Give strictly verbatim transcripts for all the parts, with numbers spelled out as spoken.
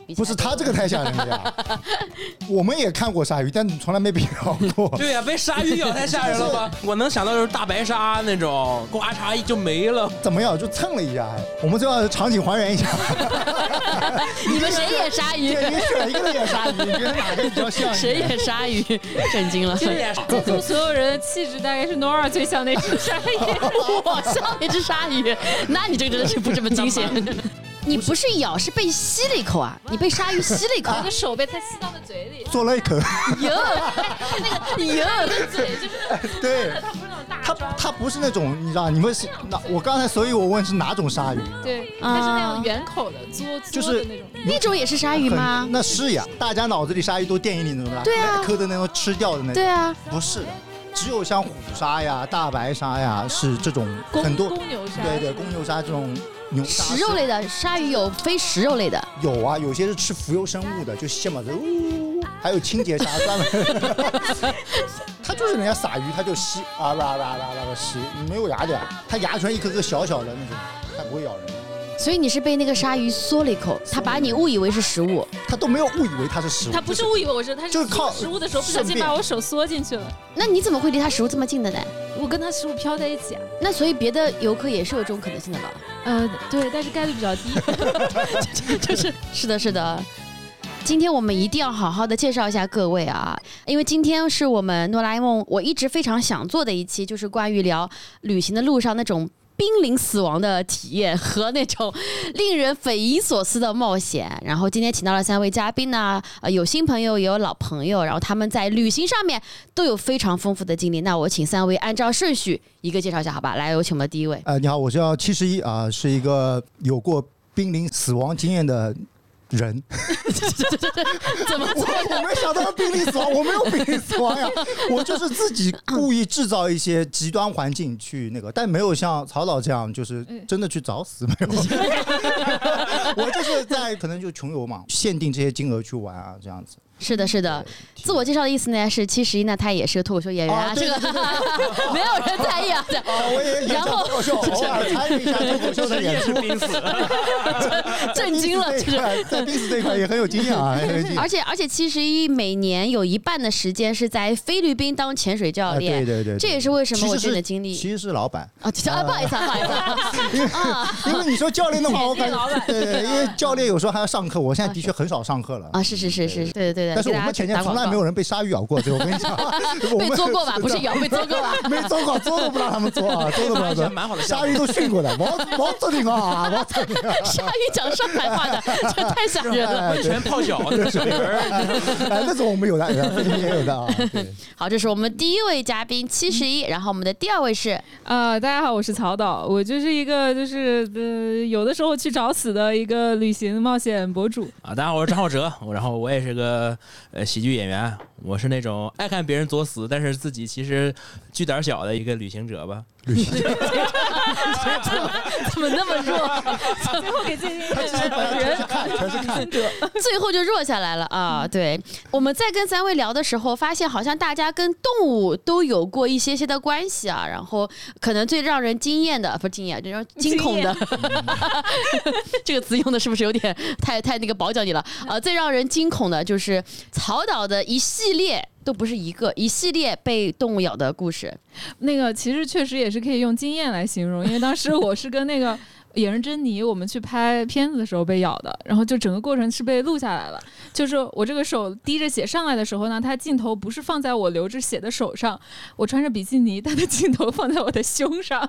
比起来不是他这个太吓人了呀！我们也看过鲨鱼，但从来没被咬过。 对呀、被鲨鱼咬太吓人了吧？我能想到就是大白鲨那种，呱嚓就没了。 怎么样？就蹭了一下。我们最好场景还原一下。 你们谁演鲨鱼？ 对，你选一个人演鲨鱼，你觉得哪个比较像？ 谁演鲨鱼？震惊了！ 这组所有人的气质大概是 Nora 最像那只鲨鱼， 我像那只鲨鱼，那你这个真的是不这么惊险。你不是咬，是被吸了一口啊！你被鲨鱼吸了一口， 我的手被它吸到了嘴里， 嘬了一口。 哟，那个哟， 嘴就是对， 它不是那种大它抓， 它不是那种，你知道，你们是那我刚才，所以我问是哪种鲨鱼？ 对，它是那种圆口的嘬就是嘬的那种。 那种也是鲨鱼吗？ 那是呀，大家脑子里鲨鱼都电影里那种的， 对啊， 磕的那种吃掉的那种。 对啊， 不是的。只有像虎鲨呀、大白鲨呀，是这种很多公牛鲨， 对对，公牛鲨这种牛食肉类的鲨鱼有非食肉类的， 有啊，有些是吃浮游生物的，就蟹嘛，呜，还有清洁鲨专门，它就是人家撒鱼，它就吸啊啦啦啦啦的吸，没有牙的呀，它牙全一颗颗小小的那种，它不会咬人。 所以你是被那个鲨鱼嗦了一口，它把你误以为是食物， 它都没有误以为它是食物， 它不是误以为我是，它是就是靠食物的时候不小心把我手缩进去了。 那你怎么会离它食物这么近的呢？ 我跟它食物飘在一起啊。 那所以别的游客也是有这种可能性的了。 呃，对，但是概率比较低。 就是是的，是的。今天我们一定要好好的介绍一下各位啊，因为今天是我们诺啦 A 梦我一直非常想做的一期，就是关于聊旅行的路上那种濒临死亡的体验和那种令人匪夷所思的冒险。然后今天请到了三位嘉宾呢，呃，有新朋友也有老朋友，然后他们在旅行上面都有非常丰富的经历。那我请三位按照顺序一个介绍一下，好吧？来，有请我们的第一位。 呃，你好，我叫七十一啊，是一个有过濒临死亡经验的人。 怎么做我我没想到濒临死亡，我没有濒临死亡呀，我就是自己故意制造一些极端环境去那个，但没有像曹导这样，就是真的去找死，没有。我就是在可能就穷游嘛，限定这些金额去玩啊，这样子。 是的，是的。自我介绍的意思呢是七十一呢，他也是个脱口秀演员啊，这个没有人在意啊。 哦，我也演脱口秀，偶尔参与一下脱口秀的演出， 濒死， 震惊了，就是在濒死这一块也很有经验啊，很有经验。 而且而且七十一每年有一半的时间是在菲律宾当潜水教练， 对对对， 这也是为什么我觉得你的经历其实是老板啊，不好意思，不好意思， 因为因为你说教练的话，我感觉对对，因为教练有时候还要上课，我现在的确很少上课了啊，是是是是，对对对。 但是我们前年从来没有人被鲨鱼咬过，这我跟你讲， 被捉过吧？不是咬，被捉过吧？ 没捉过，捉都不让他们捉啊，捉都不让捉。 蛮好的， 鲨鱼都训过的，王王泽林啊，王泽林。 鲨鱼讲上海话的，这太吓人了。 温泉泡脚的水人， 哎，那种我们有的，菲律宾也有的啊。 好，这是我们第一位嘉宾七十一，然后我们的第二位是啊、呃，大家好，我是曹导，我就是一个就是呃有的时候去找死的一个旅行冒险博主啊。大家好，我是张浩哲，然后我也是个呃喜剧演员，我是那种爱看别人作死，但是自己其实巨胆小的一个旅行者吧。 旅行者怎么怎么那么弱？ 最后给自己人全是看，全是看者， 最后就弱下来了啊！对，我们在跟三位聊的时候，发现好像大家跟动物都有过一些些的关系啊。然后可能最让人惊艳的，不是惊艳，就让惊恐的，这个词用的是不是有点太太那个褒奖你了啊？最让人惊恐的就是曹导的一系列。都不是一个一系列被动物咬的故事， 那个其实确实也是可以用经验来形容，因为当时我是跟那个野人珍妮我们去拍片子的时候被咬的，然后就整个过程是被录下来了。就是我这个手滴着血上来的时候呢，它镜头不是放在我流着血的手上，我穿着比基尼，它的镜头放在我的胸上。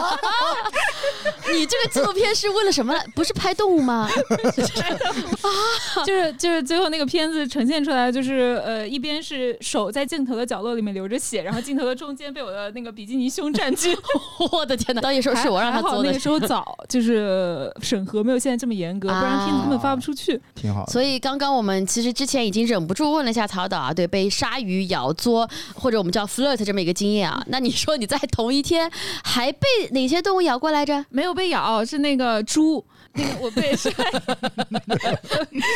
你这个纪录片是为了什么？不是拍动物吗？ 就是就是最后那个片子呈现出来，就是呃一边是手在镜头的角落里面流着血，然后镜头的中间被我的那个比基尼胸占据。 我的天哪！导演说是我让他做的。 那个时候早，就是审核没有现在这么严格，不然片子根本发不出去。 挺好。 所以刚刚我们其实之前已经忍不住问了一下曹导啊，对被鲨鱼咬嘬或者我们叫 flirt 这么一个经验啊，那你说你在同一天还被哪些动物咬过来着？ 没有被咬，是那个猪。那个我被鲨， 刚刚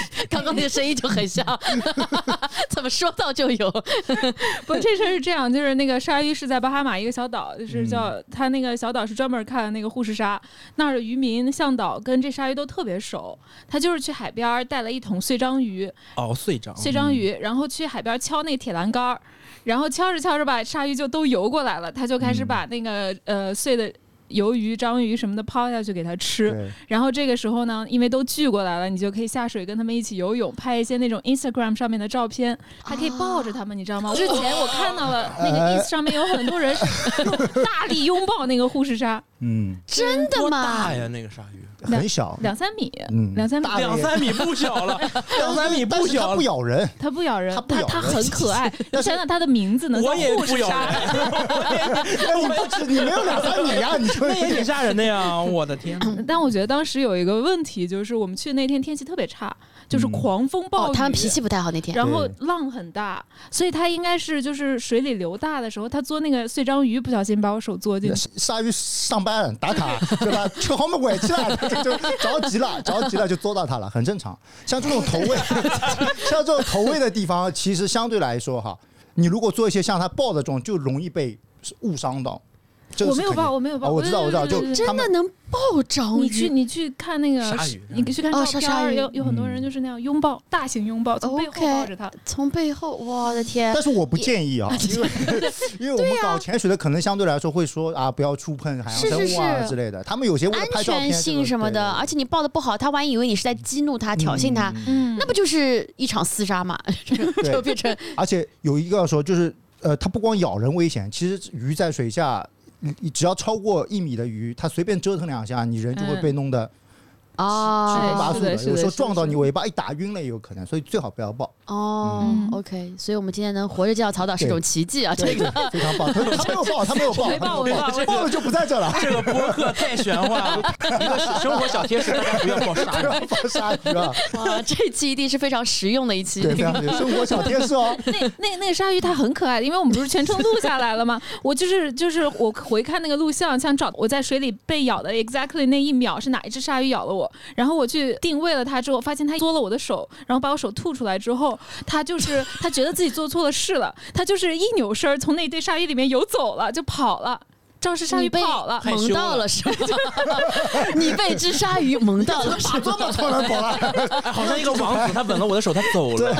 刚那个声音就很像，怎么说到就有？ 不，这事儿是这样，就是那个鲨鱼是在巴哈马一个小岛，就是叫、嗯、它那个小岛是专门看那个护士鲨，那儿的渔民向导跟这鲨鱼都特别熟，他就是去海边带了一桶碎章鱼， 哦，碎章， 碎章鱼，然后去海边敲那个铁栏杆，然后敲着敲着吧，鲨鱼就都游过来了，他就开始把那个、嗯、呃碎的鱿鱼、章鱼什么的抛下去给它吃，然后这个时候呢，因为都聚过来了，你就可以下水跟他们一起游泳，拍一些那种 Instagram 上面的照片，还可以抱着他们，你知道吗？之前我看到了那个 ins 上面有很多人是大力拥抱那个护士鲨， 嗯， 真的吗？ 多大呀那个鲨鱼？ 很小， 两三米，嗯，两三米， 两三米不小了，两三米不小了， 它不咬人， 它不咬人， 它不咬人， 它很可爱。你想想它的名字呢， 我也护士鲨。 你不止，你没有两三米呀，你说那也挺吓人的呀！我的天！ 但我觉得当时有一个问题，就是我们去那天天气特别差，就是狂风暴雨， 哦、他们脾气不太好那天， 然后浪很大，所以他应该是就是水里流大的时候，他捉那个碎章鱼，不小心把我手捉进去。 鲨鱼上班打卡，对吧？就后面尾起来，就就着急了，着急了就捉到它了，很正常。像这种投喂，像这种投喂的地方，其实相对来说哈，你如果做一些像它抱的这种，就容易被误伤到。 我没有抱，我没有抱、 哦，我知道，我知道，就真的能抱章鱼。 你去，你去看那个鲨鱼， 你去看照片， 哦、 有有很多人就是那样拥抱，大型拥抱，从背后抱着它， okay, 从背后，我的天！ 但是我不建议啊，因为因为我们搞潜水的可能相对来说会说啊，不要触碰海洋生物啊之类的。他们有些为了拍照片， 安全性什么的，而且你抱的不好，他万一以为你是在激怒他、挑衅他，嗯，那不就是一场厮杀嘛？就变成。 而且有一个要说，就是呃，它不光咬人危险，其实鱼在水下。你只要超过一米的鱼，它随便折腾两下，你人就会被弄得啊七荤八素的。有时候撞到你尾巴一打晕了也有可能，所以最好不要抱。 哦、嗯、，OK， 所以我们今天能活着见到曹导是一种奇迹啊！这个非常棒，他没有抱，他没有抱， 没抱，没抱， 抱了就不在这了。 这个播客太玄幻了，一个生活小贴士，大家不要抱鲨鱼， 抱鲨鱼啊！ 哇，这期一定是非常实用的一期， 对，非常生活小贴士哦。 那那那个鲨鱼它很可爱的，因为我们不是全程录下来了吗？我就是就是我回看那个录像，想找我在水里被咬的 exactly 那一秒是哪一只鲨鱼咬了我，然后我去定位了它之后，发现它缩了我的手，然后把我手吐出来之后，它就是它觉得自己做错了事了，它就是一扭身从那堆鲨鱼里面游走了，就跑了。肇事鲨鱼跑了， 萌到了是吧？你被只鲨鱼萌到了， 把这么突然跑了， 好像一个王子，他吻了我的手，他走了。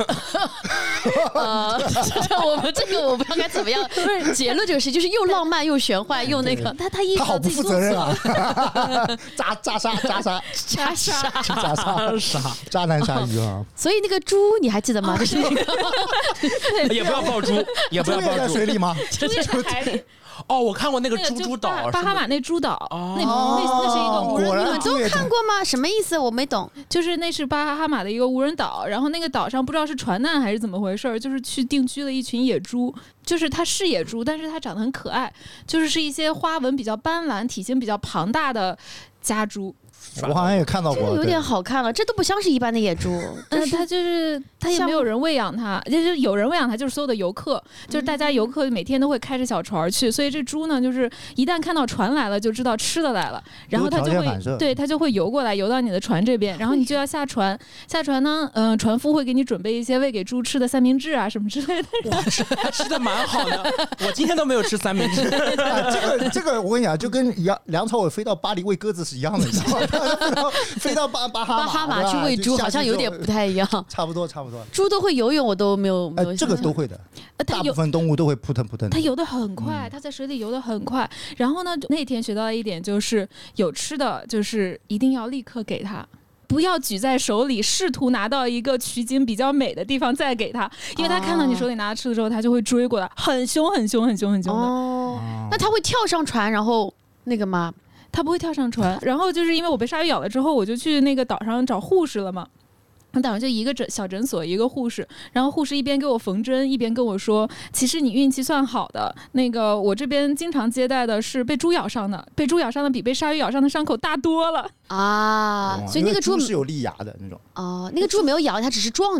呃，我们这个我不知道该怎么样。不是结论这个事，就是又浪漫又玄幻又那个。 他他意识到自己做错了， 渣渣鲨渣鲨渣鲨渣鲨鲨渣男鲨鱼啊！ 所以那个猪你还记得吗？就是那个也不要抱猪，也不要抱猪。 在水里吗？ 猪也在海里。 哦，我看过那个猪猪岛， 巴哈马那猪岛， 哦、 那那那是一个无人， 你们都看过吗？什么意思？我没懂。 就是那是巴哈马的一个无人岛，然后那个岛上不知道是船难还是怎么回事，就是去定居了一群野猪，就是它是野猪，但是它长得很可爱，就是是一些花纹比较斑斓、体型比较庞大的家猪。 我好像也看到过， 这个有点好看了，这都不像是一般的野猪。 但是它就是它也没有人喂养它，就是有人喂养它，就是所有的游客，就是大家游客每天都会开着小船去，所以这猪呢，就是一旦看到船来了，就知道吃的来了，然后它就会对它就会游过来，游到你的船这边，然后你就要下船。下船呢，嗯、呃，船夫会给你准备一些喂给猪吃的三明治啊什么之类的。 哇，吃吃的蛮好的，我今天都没有吃三明治。 啊、这个这个我跟你讲，就跟梁梁朝伟飞到巴黎喂鸽子是一样的，你知道吗？飞到飞到巴巴哈马， 巴哈马去喂猪，好像有点不太一样。 差不多，差不多。 猪都会游泳，我都没有没有、 呃。这个都会的， 呃、 大部分动物都会扑腾扑腾。 它游得很快，它在水里游得很快。然后呢，那天学到一点就是有吃的，就是一定要立刻给它。不要举在手里，试图拿到一个取景比较美的地方再给他，因为他看到你手里拿着吃的时候，他就会追过来，很凶很凶很凶很凶的。 哦，那他会跳上船，然后那个吗？ 他不会跳上船。然后就是因为我被鲨鱼咬了之后，我就去那个岛上找护士了嘛。岛上就一个诊小诊所，一个护士，然后护士一边给我缝针，一边跟我说，其实你运气算好的，那个我这边经常接待的是被猪咬伤的，被猪咬伤的比被鲨鱼咬伤的伤口大多了啊，所以那个猪是有利牙的那种。 哦，那个猪没有咬，它只是撞你。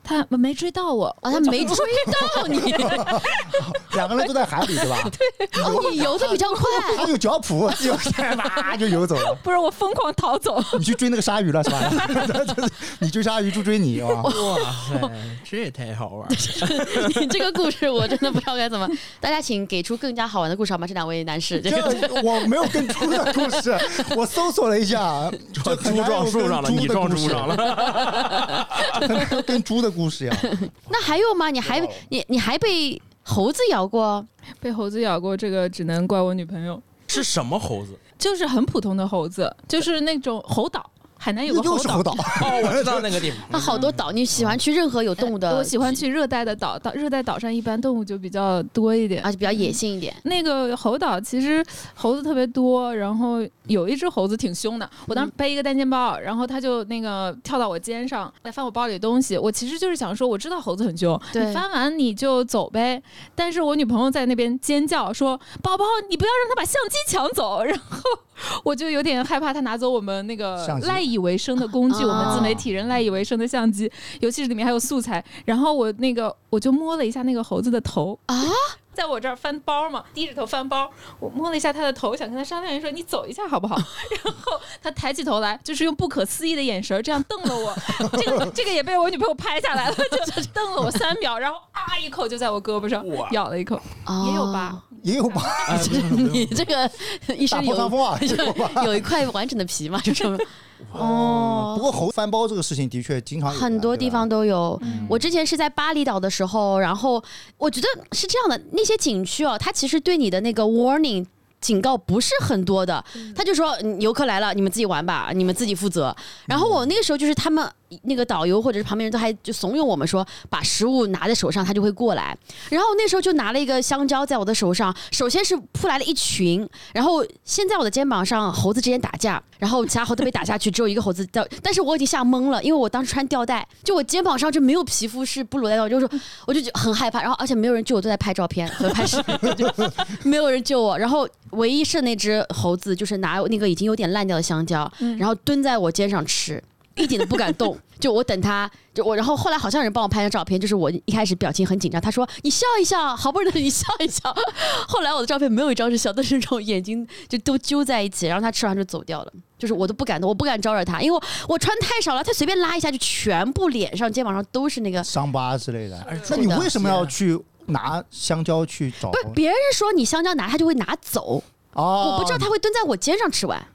他没追到我， 哦，他没追到你， 两个人都在海里，对吧？ 对，哦，你游的比较快， 他有脚蹼，就啪就游走了。 不是我疯狂逃走， 你去追那个鲨鱼了是吧？你追鲨鱼，猪追你啊！ 哇塞，这也太好玩了！ 你这个故事我真的不知道该怎么，大家请给出更加好玩的故事好吗？这两位男士，这个我没有跟猪的故事，我搜索了一下， 猪撞树上了，你撞猪上了， 跟猪的故事呀。 那还有吗？你还你你还被猴子咬过？ 被猴子咬过，这个只能怪我女朋友。 是什么猴子？ 就是很普通的猴子，就是那种猴岛。海南有个猴岛， 猴岛哦，我知道那个地方。 它好多岛，你喜欢去任何有动物的？ 我喜欢去热带的岛，岛热带岛上一般动物就比较多一点， 而且比较野性一点。 那个猴岛其实猴子特别多，然后有一只猴子挺凶的。我当时背一个单肩包，然后它就那个跳到我肩上来翻我包里的东西。我其实就是想说，我知道猴子很凶，你翻完你就走呗。但是我女朋友在那边尖叫说：“宝宝，你不要让他把相机抢走。”然后我就有点害怕他拿走我们那个赖以为生的工具，我们自媒体人赖以为生的相机，尤其是里面还有素材。然后我那个我就摸了一下那个猴子的头啊，在我这儿翻包嘛，低着头翻包，我摸了一下他的头，想跟他商量说你走一下好不好？然后他抬起头来，就是用不可思议的眼神这样瞪了我，这个这个也被我女朋友拍下来了，就瞪了我三秒，然后啊一口就在我胳膊上咬了一口，也有疤。 也有吧， 你这个一身有啊、 有一块完整的皮嘛，就是哦。不过猴翻包这个事情的确经常有， 很多地方都有。嗯、我之前是在巴厘岛的时候，然后我觉得是这样的，那些景区哦，它其实对你的那个 warning。警告不是很多的，他就说游客来了，你们自己玩吧，你们自己负责。然后我那个时候就是他们那个导游或者是旁边人都还就怂恿我们说，把食物拿在手上，他就会过来。然后那时候就拿了一个香蕉在我的手上，首先是扑来了一群，然后先在我的肩膀上，猴子之间打架，然后其他猴子被打下去，只有一个猴子掉，但是我已经吓懵了，因为我当时穿吊带，就我肩膀上就没有皮肤是不裸带的，就是我就很害怕，然后而且没有人救我，都在拍照片和拍视频，没有人救我，然后。唯一是那只猴子，就是拿那个已经有点烂掉的香蕉，嗯、然后蹲在我肩上吃，一点都不敢动。就我等他，就我，然后后来好像有人帮我拍张照片，就是我一开始表情很紧张，他说你笑一笑，好不容易你笑一笑。后来我的照片没有一张是笑，但是那种眼睛就都揪在一起，然后他吃完就走掉了。就是我都不敢动，我不敢招惹他，因为我我穿太少了，他随便拉一下就全部脸上、肩膀上都是那个伤疤之类的。那你为什么要去？拿香蕉去找？ 不是，别人说你香蕉拿他就会拿走，哦、我不知道他会蹲在我肩上吃完。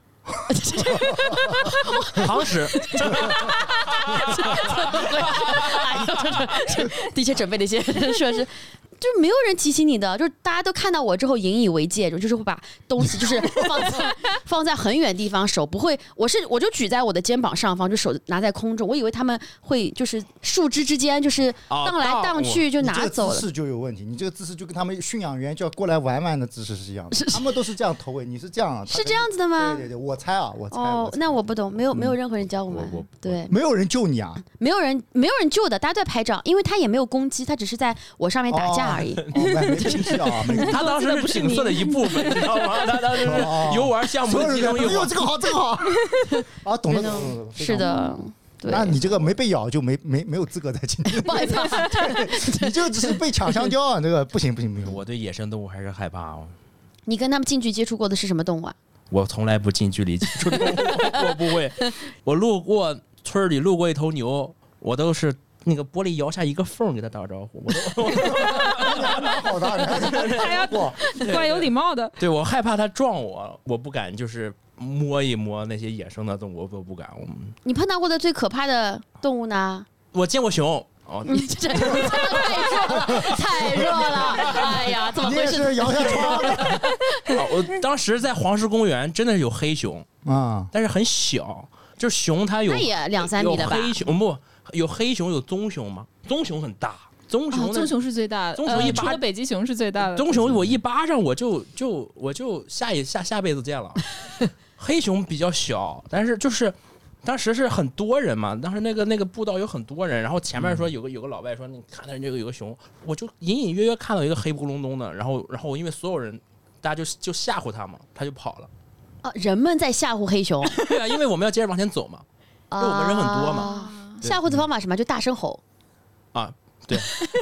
常识， 的确准备了一些设施。就是没有人提醒你的，就是大家都看到我之后引以为戒，就是会把东西就是放在放在很远地方，手不会，我是我就举在我的肩膀上方，就手拿在空中，我以为他们会就是树枝之间就是荡来荡去就拿走了。 你这个姿势就有问题，你这个姿势就跟他们驯养员就要过来玩玩的姿势是一样的，他们都是这样投喂，你是这样， 是这样子的吗？ 对对对，我猜啊，我猜。 哦，那我不懂，没有没有任何人教我们， 嗯、 对， 没有人救你啊， 没有人没有人救的，大家都在拍照，因为他也没有攻击，他只是在我上面打架而已。 哦哦、 他当时是景色的一部分，你知道吗？他当时是游玩项目的其中一环。 这个好，这个好啊，懂了，懂了， 是的。 那你这个没被咬就没没没有资格在今天。 不好意思， 你这个只是被抢香蕉啊，这个不行不行不行。 我对野生动物还是害怕哦。 你跟他们近距离接触过的是什么动物啊？ 我从来不近距离接触动物，我不会。我路过村里路过一头牛，我都是。那个玻璃摇下一个缝给他打招呼，我都蛮好的， 还要怪有礼貌的。 对，我害怕他撞我，我不敢就是摸一摸那些野生的动物，我都不敢。我你碰到过的最可怕的动物呢？ 我见过熊。哦， 你这太弱了，太弱了！哎呀，怎么回事？ 摇下窗。 我当时在黄石公园真的有黑熊啊， 但是很小，就是熊它有那也两三米的吧？ 有黑熊不？有黑熊有棕熊吗？棕熊很大，棕熊、 哦、棕熊是最大的， 棕熊一巴、 呃、除了北极熊是最大的。 棕熊我一巴掌我就就我就下一下下辈子见了。黑熊比较小，但是就是当时是很多人嘛，当时那个那个步道有很多人，然后前面说有个有个老外说你看到这个有个熊，我就隐隐约约看到一个黑咕隆咚的，然后然后因为所有人大家就就吓唬他嘛，他就跑了。 啊，人们在吓唬黑熊。 对啊，因为我们要接着往前走嘛，因为我们人很多嘛。吓唬的方法是什么？就大声吼。 吓唬的方法是什么？就大声吼。啊，吓唬的方法是什么？就大声吼。因为我们要接着往前走嘛。因为我们人很多嘛。啊，因为我们人很多嘛。对啊，因为我们要接着往前走嘛。因为我们人很多嘛。 啊，对，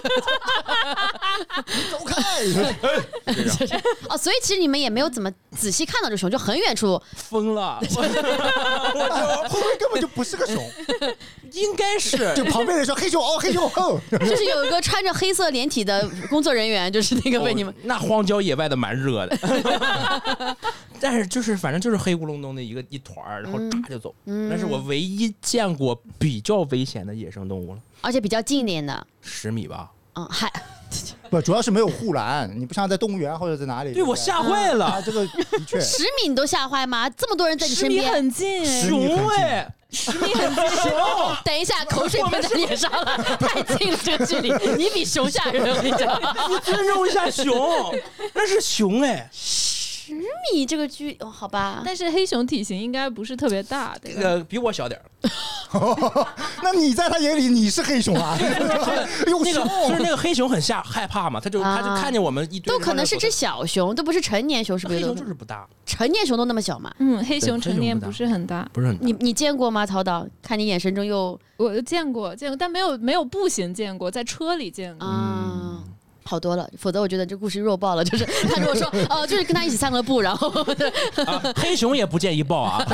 走开！ 哦，所以其实你们也没有怎么仔细看到这熊，就很远处疯了，我就会不会根本就不是个熊？ 应该是， 就旁边人说黑熊哦，黑熊哦， 就是有一个穿着黑色连体的工作人员，就是那个被你们、 哦、那荒郊野外的蛮热的，但是就是反正就是黑咕隆咚的一个一团儿，然后炸就走。嗯，那是我唯一见过比较危险的野生动物了， 而且比较近一点的， 十米吧。 嗯，还不主要是没有护栏，你不像在动物园或者在哪里。 对，我吓坏了。 啊，这个的确。 十米你都吓坏吗？这么多人在你身边， 十米很近哎， 熊哎。 十米很近， 等一下，口水喷在脸上了，太近了这个距离，你比熊吓人，我跟你讲。 你尊重一下熊，那是熊哎。 十米这个距哦，好吧。 但是黑熊体型应该不是特别大，对吧？ 呃，比我小点儿。 那你在他眼里你是黑熊啊？ 那个就是那个黑熊很吓害怕嘛，他就、啊、他就看见我们一堆， 都可能是只小熊，都不是成年熊，是不是？ 黑熊就是不大， 成年熊都那么小嘛？ 嗯，黑熊成年不是很大， 不是很大。 你你见过吗？曹导，看你眼神中又我见过见过，但没有没有步行见过，在车里见过。 嗯。好多了，否则我觉得这故事弱爆了。就是他如果说哦、呃，就是跟他一起散个步，然后、 啊、黑熊也不建议抱啊，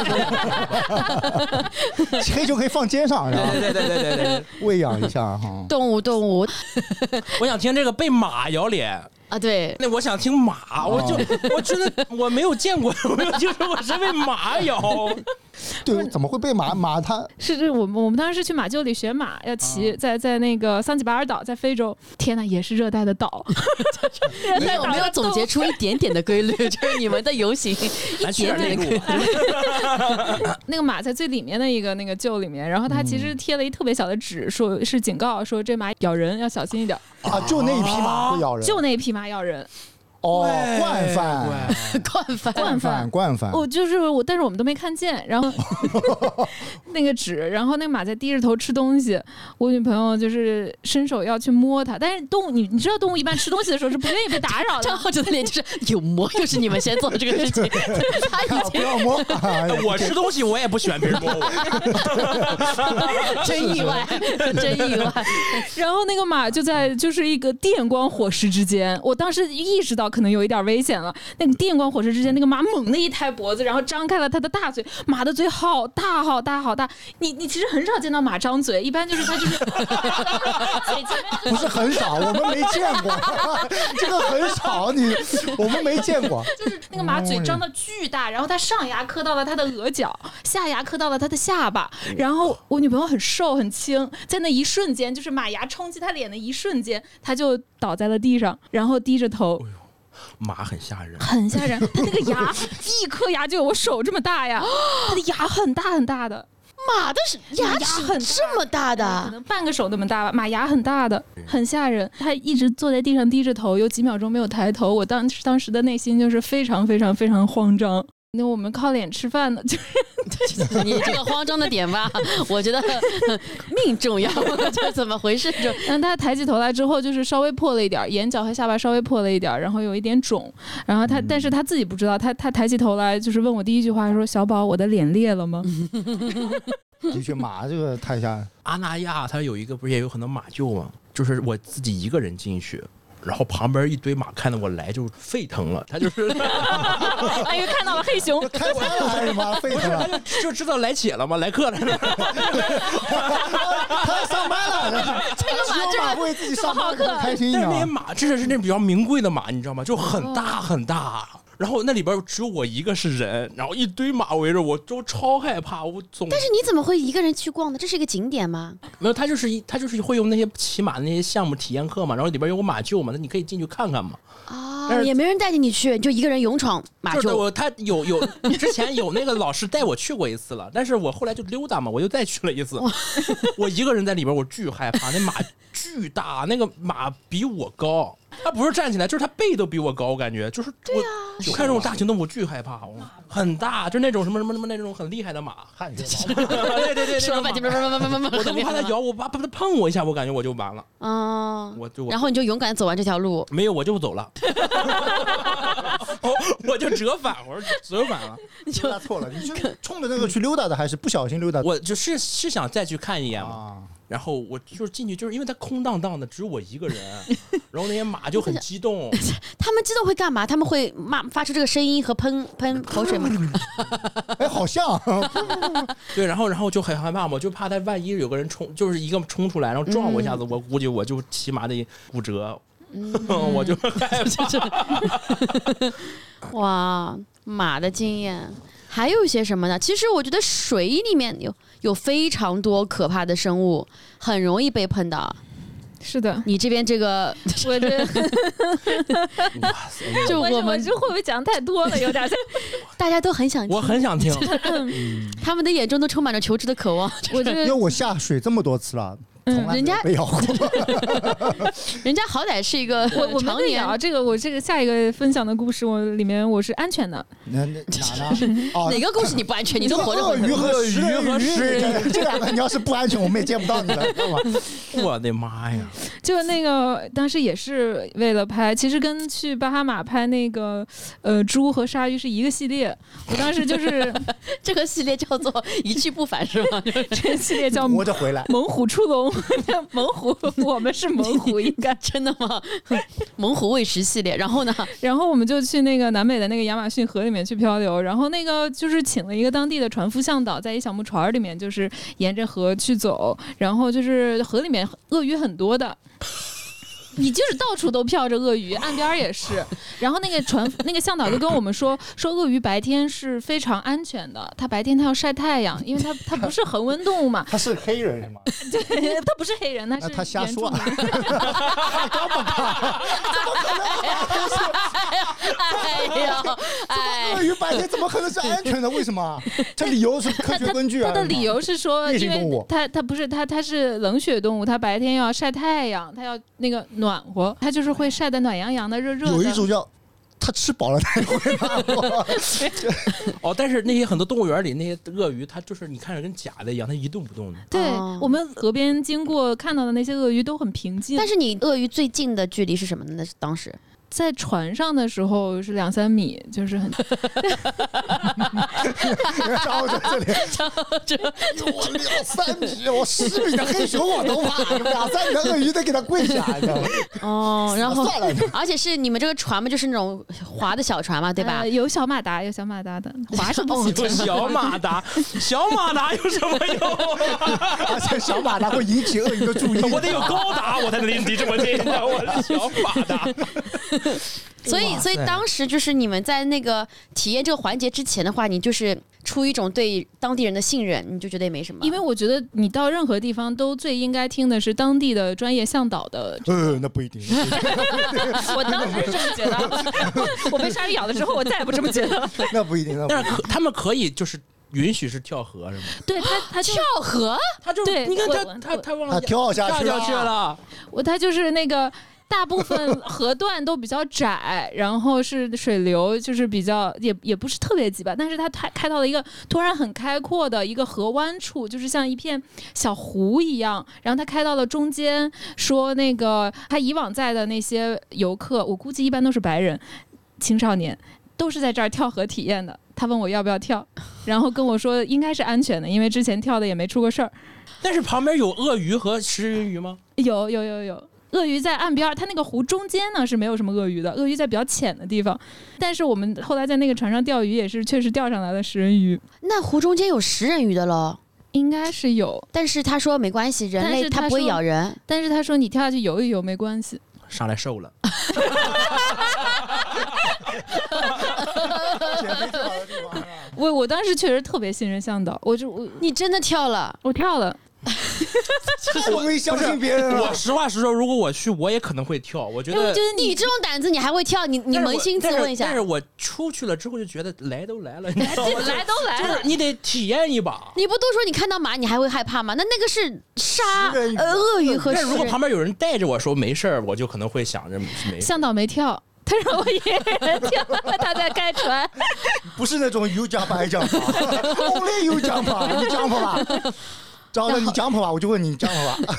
黑熊可以放肩上，然后对对对对对对， 喂养一下哈。 动物动物， 我想听这个被马咬脸。 啊，对， 那我想听马，我就我真的我没有见过，我没有听说过谁被马咬。 对，怎么会被马马它？ 是这我们我们当时是去马厩里学马，要骑，啊、在在那个桑吉巴尔岛，在非洲。天哪，也是热带的岛。 你有没有总结出一点点的规律？就是你们的游行一点点的规律。 那个马在最里面的一个那个厩里面，然后他其实贴了一特别小的纸，说是警告说这马咬人要小心一点。 啊，就那一匹马会咬人， 就那一匹马咬人。 哦，惯犯， 惯犯， 惯犯，惯犯。 我就是我，但是我们都没看见。然后那个纸，然后那个马在低着头吃东西。我女朋友就是伸手要去摸它，但是动物，你你知道动物一般吃东西的时候是不愿意被打扰的。 张浩哲的脸就是有摸，又是你们先做的这个事情。他已经不要摸， 我吃东西我也不喜欢别人摸我， 真意外，真意外。 然后那个马就在就是一个电光火石之间，我当时意识到可能有一点危险了。那个电光火石之间，那个马猛地一抬脖子，然后张开了它的大嘴。马的嘴好大好大好大，你你其实很少见到马张嘴，一般就是它就是不是很少，我们没见过，这个很少，你我们没见过。 就是那个马嘴张的巨大，然后它上牙磕到了它的额角，下牙磕到了它的下巴。然后我女朋友很瘦很轻，在那一瞬间，就是马牙冲击她脸的一瞬间，她就倒在了地上，然后低着头。 马很吓人， 很吓人。它那个牙，一颗牙就有我手这么大呀，它的牙很大很大的。 马的牙齿很这么大的， 可能半个手那么大吧。马牙很大的，很吓人。它一直坐在地上低着头，有几秒钟没有抬头。我当当时的内心就是非常非常非常慌张。那我们靠脸吃饭的，就是你这个慌张的点吧，我觉得命重要，这怎么回事？就但他抬起头来之后，就是稍微破了一点，眼角和下巴稍微破了一点，然后有一点肿。然后他，但是他自己不知道，他他抬起头来就是问我第一句话说：“小宝，我的脸裂了吗？” 的确，马这个太吓人。 阿那亚它有一个不是也有很多马厩吗？就是我自己一个人进去。然后旁边一堆马看到我来就沸腾了，他就是因为看到了黑熊， 开餐了还是吗？沸腾了， 他就就知道来且了吗？来客了， 他要上班了， 这个马这马为自己上班很开心。 但是那些马，这是那比较名贵的马，你知道吗？就很大很大。然后那里边只有我一个是人，然后一堆马围着我，都超害怕。我总但是你怎么会一个人去逛呢？这是一个景点吗？ 没有，他就是一他就是会用那些骑马的那些项目体验课嘛，然后里边有个马厩嘛，那你可以进去看看嘛。 啊、哦，也没人带着你去，你就一个人勇闯马厩。 我他有有之前有那个老师带我去过一次了，但是我后来就溜达嘛，我又再去了一次。我一个人在里边，我巨害怕，那马巨大，那个马比我高。他不是站起来，就是他背都比我高，我感觉就是我、啊、我看这种大型动物巨害怕，很大，就那种什么什么什么那种很厉害的马， 汉爵马，对对对， 说了半天，我都不怕它咬我，怕怕它碰我一下，我感觉我就完了。 嗯， 我就然后你就勇敢走完这条路， 没有我就走了，我就折返，我说折返了， 你就错了，你是冲着那个去溜达的，还是不小心溜达的？ 我就是是想再去看一眼嘛。啊然后我就是进去，就是因为它空荡荡的，只有我一个人，然后那些马就很激动。 他们激动会干嘛？他们会骂发出这个声音和喷喷口水吗？ 哎，好像。 对，然后然后就很害怕嘛，就怕他万一有个人冲，就是一个冲出来，然后撞我一下子，嗯、我估计我就起码得骨折。嗯、我就害怕。 哇，马的经验。还有一些什么呢？其实我觉得水里面有有非常多可怕的生物，很容易被碰到。 是的， 你这边这个， 我这， 就我们这会不会讲太多了？有点像， 大家都很想听， 我很想听， 他们的眼中都充满了求知的渴望。 我这因为我下水这么多次了。 嗯，人家被咬过， 人家好歹是一个我我们也啊，这个我这个下一个分享的故事，我里面我是安全的。 哪哪呢？ 哦，哪个故事你不安全？你都活着。 鳄鱼和鱼和水，这两个你要是不安全，我们也见不到你了，知道吗？ 我的妈呀！ 就那个当时也是为了拍，其实跟去巴哈马拍那个呃猪和鲨鱼是一个系列。我当时就是这个系列叫做一去不返是吗？ 这个系列叫活着回来， 猛虎出笼。猛虎，我们是猛虎，应该真的吗？猛虎喂食系列，然后呢？ 然后我们就去那个南美的那个亚马逊河里面去漂流，然后那个就是请了一个当地的船夫向导，在一小木船里面，就是沿着河去走，然后就是河里面鳄鱼很多的。你就是到处都飘着鳄鱼，岸边也是。然后那个船那个向导就跟我们说，说鳄鱼白天是非常安全的，它白天它要晒太阳，因为它它不是恒温动物嘛。 它是黑人是吗？ 对，它不是黑人，它是他瞎说、啊。 高不高？怎么可能？哎呀，哎， 鳄鱼白天怎么可能是安全的？为什么？这理由是科学根据啊。 它的理由是说，因为它它不是它它是冷血动物，它白天要晒太阳，它要那个暖和，它就是会晒得暖洋洋的、热热的。 有一种叫它吃饱了才会暖哦，但是那些很多动物园里那些鳄鱼，它就是你看着跟假的一样，它一动不动的。 对、哦、我们河边经过看到的那些鳄鱼都很平静。 但是你鳄鱼最近的距离是什么呢？当时在船上的时候是两三米，就是很。 照着这里， 照着我两三米，我十米的黑熊我都怕，两三米的鳄鱼得给它跪下，你知道吗？ 哦，然后而且是你们这个船嘛，就是那种划的小船嘛，对吧？ 呃、有小马达，有小马达的，划是不行。 有小马达，小马达有什么用、啊？ 而且小马达会引起鳄鱼的注意。 我得有高达，我才能离你这么近。我是小马达。 所以，所以当时就是你们在那个体验这个环节之前的话，你就是出一种对当地人的信任，你就觉得也没什么。 因为我觉得你到任何地方都最应该听的是当地的专业向导的。 呃，那不一定。 我当时是这么觉得，我被鲨鱼咬了之后，我再也不这么觉得了。 那不一定，那但是可他们可以就是允许是跳河是吗？ 对他，他跳河， 他就对，你看他他他忘了他跳下去了，去了。 我他就是那个。大部分河段都比较窄，然后是水流就是比较也也不是特别急吧，但是它开开到了一个突然很开阔的一个河湾处，就是像一片小湖一样，然后它开到了中间，说那个他以往在的那些游客，我估计一般都是白人青少年，都是在这儿跳河体验的。他问我要不要跳，然后跟我说应该是安全的，因为之前跳的也没出过事儿。 但是旁边有鳄鱼和食人鱼吗？ 有有有有。鳄鱼在岸边，它那个湖中间呢是没有什么鳄鱼的，鳄鱼在比较浅的地方。但是我们后来在那个船上钓鱼，也是确实钓上来了食人鱼。 那湖中间有食人鱼的咯？ 应该是有， 但是他说没关系，人类它不会咬人。 但是他说你跳下去游一游没关系。 上来瘦了。 我我当时确实特别信任向导，我就我你真的跳了， 我跳了。 我没相信别人。 我实话实说，如果我去，我也可能会跳。我觉得， 就是你这种胆子，你还会跳？你你扪心自问一下。 但是我出去了之后就觉得来都来了，你知道吗？ 来都来了， 就是你得体验一把。 你不都说你看到马你还会害怕吗？那那个是鲨呃鳄鱼和。 但如果旁边有人带着我说没事儿，我就可能会想着没。 向导没跳。他让我一个人跳，他在开船。 不是那种有奖吧爱奖吧 ，only 有奖吧，你奖吧吧。找了你讲吧，我就问你讲吧。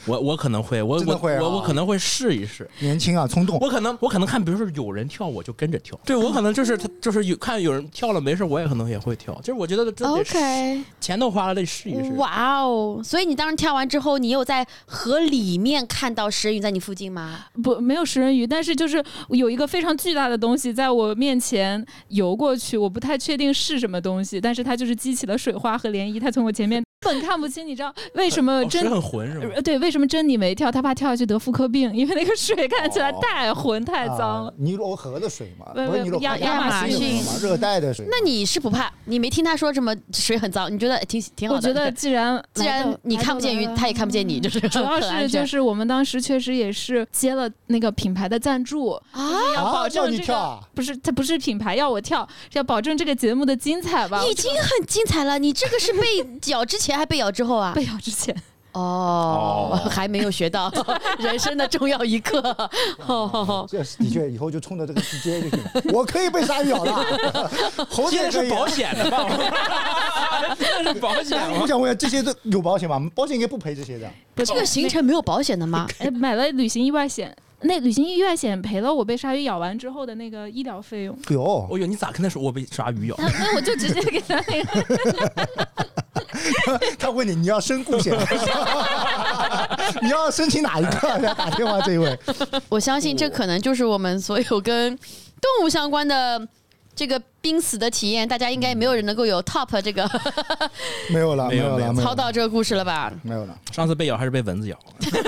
我我可能会，我真的会、啊、 我我可能会试一试。 年轻啊，冲动。 我可能我可能看，比如说有人跳，我就跟着跳。对我可能就是他就是有看有人跳了没事，我也可能也会跳。就是我觉得这得 OK 钱都花了得试一试。 哇哦！所以你当时跳完之后，你有在河里面看到食人鱼在你附近吗？ 不，没有食人鱼，但是就是有一个非常巨大的东西在我面前游过去，我不太确定是什么东西，但是它就是激起了水花和涟漪，它从我前面根本看不清。你知道为什么真、 哦、水很浑是吗？ 对，为什么珍妮没跳？她怕跳下去得妇科病，因为那个水看起来太浑、哦、太脏了、 啊。尼罗河的水嘛， 不是尼罗河，亚马逊嘛，热带的水。 那你是不怕？你没听他说这么水很脏，你觉得挺挺好的？ 我觉得既然既然你看不见鱼，他也看不见你，就是主要是就是我们当时确实也是接了那个品牌的赞助啊， 要保证这个、 啊、你跳啊、 不是他不是品牌要我跳，是要保证这个节目的精彩吧？ 已经很精彩了，你这个是被咬之前还被咬之后啊？ 被咬之前。 哦，哦还没有学到人生的重要一课。 哦，这的确以后就冲着这个去接就行了。我可以被鲨鱼咬的，猴子也是保险的吧？这是保险。 我想问，这些都有保险吗？保险应该不赔这些的。 这个行程没有保险的吗？ 哎，买了旅行意外险。那旅行意外险赔了我被鲨鱼咬完之后的那个医疗费用。 哟， 哦哟，你咋跟他说我被鲨鱼咬？ 那我就直接给他那个。 他问你，你要身故险，你要申请哪一个？来打电话这一位。 我相信这可能就是我们所有跟动物相关的这个濒死的体验，大家应该没有人能够有 top 这个没有了，没有了， 操到这个故事了吧？ 没有了。 上次被咬还是被蚊子咬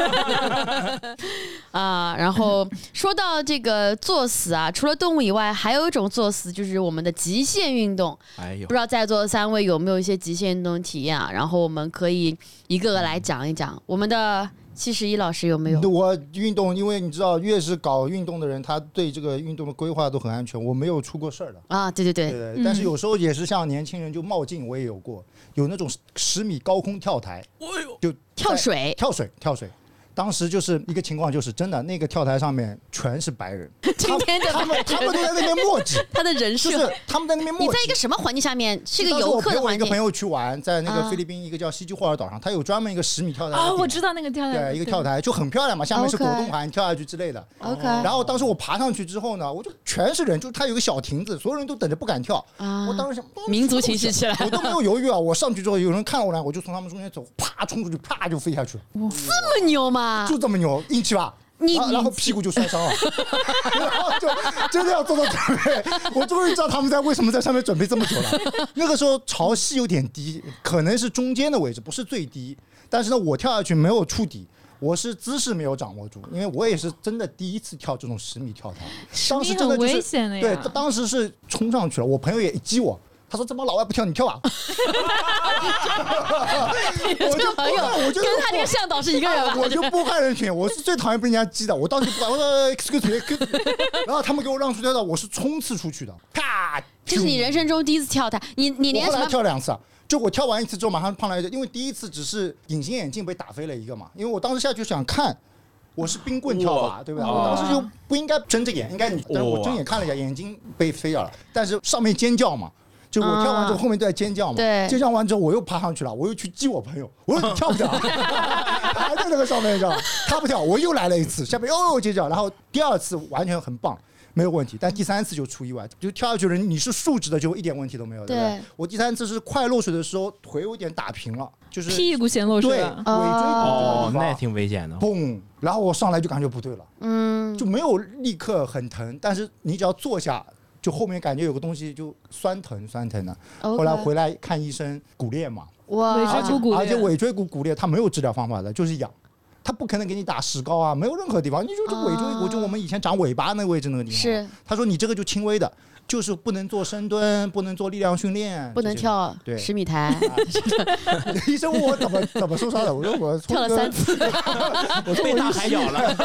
啊？然后说到这个作死啊，除了动物以外，还有一种作死就是我们的极限运动。 哎呦， 不知道在座的三位有没有一些极限运动体验啊？然后我们可以一个个来讲一讲。我们的七十一老师有没有？ 我运动，因为你知道，越是搞运动的人，他对这个运动的规划都很安全。我没有出过事儿的啊，对对对， 对对。嗯、但是有时候也是像年轻人就冒进，我也有过，有那种十米高空跳台，就跳水， 跳水，跳水。当时就是一个情况，就是真的那个跳台上面全是白人， 今天的他们他们都在那边墨迹， 他的人设就是他们在那边墨迹。 你在一个什么环境下面？是一个游客的环境。 我陪我一个朋友去玩，在那个菲律宾一个叫西基霍尔岛上，他有专门一个十米跳台。 哦，我知道那个跳台， 对，一个跳台就很漂亮嘛，下面是果冻环，跳下去之类的。 OK。 然后当时我爬上去之后呢，我就全是人，就是他有个小亭子，所有人都等着不敢跳。啊。我当时想， 民族情绪起来， 我都没有犹豫啊！我上去之后，有人看我来，我就从他们中间走，啪冲出去，啪就飞下去了。 这么牛吗？ 就这么牛。硬气吧， 你然后然后屁股就摔伤了，然后就真的要做到准备。我终于知道他们在为什么在上面准备这么久了。那个时候潮汐有点低，可能是中间的位置，不是最低。但是呢，我跳下去没有触底，我是姿势没有掌握住，因为我也是真的第一次跳这种十米跳台。当时真的就是危险的呀。 对，当时是冲上去了，我朋友也一激我。他说：“这帮老外不跳，你跳啊！” 我这个朋友跟他这个向导是一个人吧？ 我就不害人群，我是最讨厌被人家激的。我当时不管，我说 excuse me，然后他们给我让出跳道，我是冲刺出去的，啪！ 这是你人生中第一次跳台，你你连什么？ 我后来跳两次，就我跳完一次之后，马上碰到一个，因为第一次只是隐形眼镜被打飞了一个嘛，因为我当时下去想看。我是冰棍跳法，对吧？我当时就不应该睁着眼，应该你，但是我睁眼看了一下，眼睛被飞掉了，但是上面尖叫嘛。就我跳完之后，后面都在尖叫嘛。 对， 尖叫完之后，我又爬上去了，我又去激我朋友，我说你跳不跳？还在那个上面，你知道吗？他不跳，我又来了一次，下面又尖叫，然后第二次完全很棒，没有问题，但第三次就出意外，就跳下去的人你是竖直的，就一点问题都没有，对不对？我第三次是快落水的时候，腿有点打平了，就是屁股先落水了， 对，尾椎骨哦，那也挺危险的。 嘣，然后我上来就感觉不对了，嗯，就没有立刻很疼，但是你只要坐下。就后面感觉有个东西就酸疼酸疼的， okay. 后来回来看医生，骨裂嘛， 哇， 尾椎骨骨裂， 而且尾椎骨骨裂它没有治疗方法的，就是养，它不可能给你打石膏啊，没有任何地方，你就就尾椎骨，就我们以前长尾巴那个位置那个地方， 是， 他说你这个就轻微的。就是不能做深蹲，不能做力量训练， 不能跳十米台。啊、 医生问我怎么怎么受伤的，我说我跳了三次， 我说被大海咬了，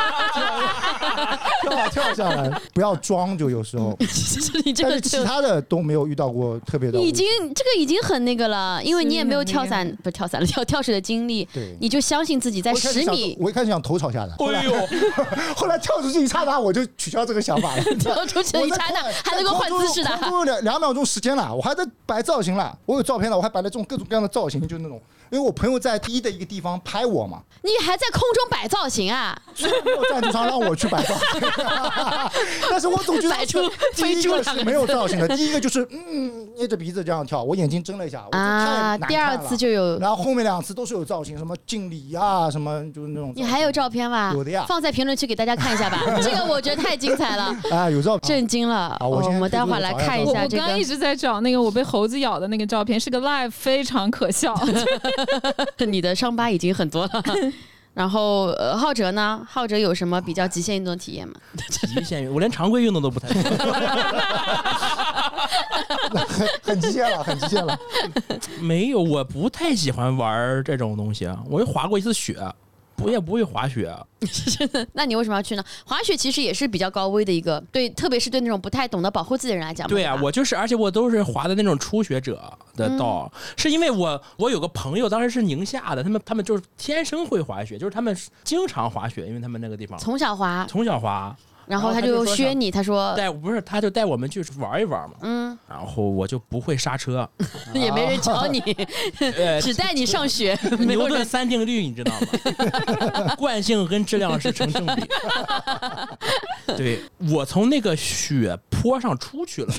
跳啊跳下来，不要装，就有时候。 你这个但是其他的都没有遇到过特别的。 已经这个已经很那个了，因为你也没有跳伞，不是跳伞了，跳跳水的经历， 对， 你就相信自己在十米。 我一开始想头朝下的， 哎呦， 后来跳出去一刹那，我就取消这个想法了。 跳出去一刹那。还还能够换姿势的， 空中有两两秒钟时间了，我还在摆造型了，我有照片了，我还摆了这种各种各样的造型，就那种，因为我朋友在低的一个地方拍我嘛。 你还在空中摆造型啊？ 虽然没有赞助商让我去摆造型，但是我总觉得摆出第一个是没有造型的，第一个就是嗯捏着鼻子这样跳，我眼睛睁了一下，我就太难看了。 第二次就有， 然后后面两次都是有造型，什么敬礼啊，什么就是那种。 你还有照片吗？ 有的呀， 放在评论区给大家看一下吧。这个我觉得太精彩了啊，有照片， 震惊了。 我我们待会儿来看一下这个。 我刚一直在找那个我被猴子咬的那个照片，是个 live， 非常可笑。 你的伤疤已经很多了。然后，呃，浩哲呢？浩哲有什么比较极限运动体验吗？ 极限运动，我连常规运动都不太懂。 很很极限了，很极限了。 没有，我不太喜欢玩这种东西啊。我就滑过一次雪，我也不会滑雪。 那你为什么要去呢？滑雪其实也是比较高危的一个，对，特别是对那种不太懂得保护自己的人来讲。 对啊，我就是，而且我都是滑的那种初学者的道，嗯、是因为我我有个朋友当时是宁夏的，他们他们就是天生会滑雪，就是他们经常滑雪，因为他们那个地方从小滑， 从小滑。 然后他就削你，他说带不是，他就带我们去玩一玩嘛。嗯，然后我就不会刹车， 也没人教你，只带你上学。 牛顿三定律你知道吗？惯性跟质量是成正比。对，我从那个雪坡上出去了，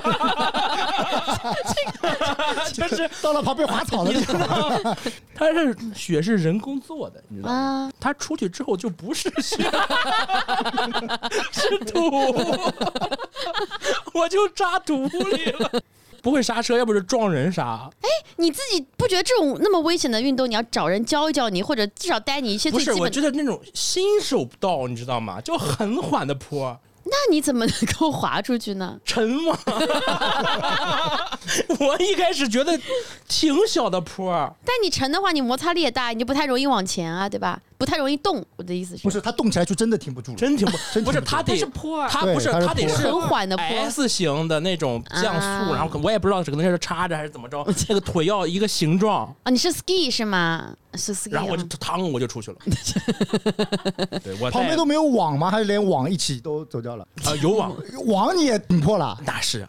就是到了旁边滑草的地方。 它是雪是人工做的，你知道吗？它出去之后就不是雪。是土，我就扎土里了。不会刹车，要不是撞人刹。 哎，你自己不觉得这种那么危险的运动，你要找人教一教你，或者至少带你一些最基本的？ 不是，我觉得那种新手道，你知道吗？就很缓的坡。 那你怎么能够滑出去呢？ 沉吗？我一开始觉得挺小的坡， 但你沉的话，你摩擦力也大，你就不太容易往前啊，对吧？不太容易动。我的意思是， 不是它动起来就真的停不住了， 真停不， 真不是它得是坡， 它不是它得是很缓的坡 S 型的那种降速，啊、然后我也不知道可能是插着还是怎么着，那个腿要一个形状啊。你是 ski 是吗？是 ski， 然后我就趟我就出去了。对，我旁边都没有网吗？还是连网一起都走掉了？ 啊、呃，有网， 网你也顶破了？ 那是。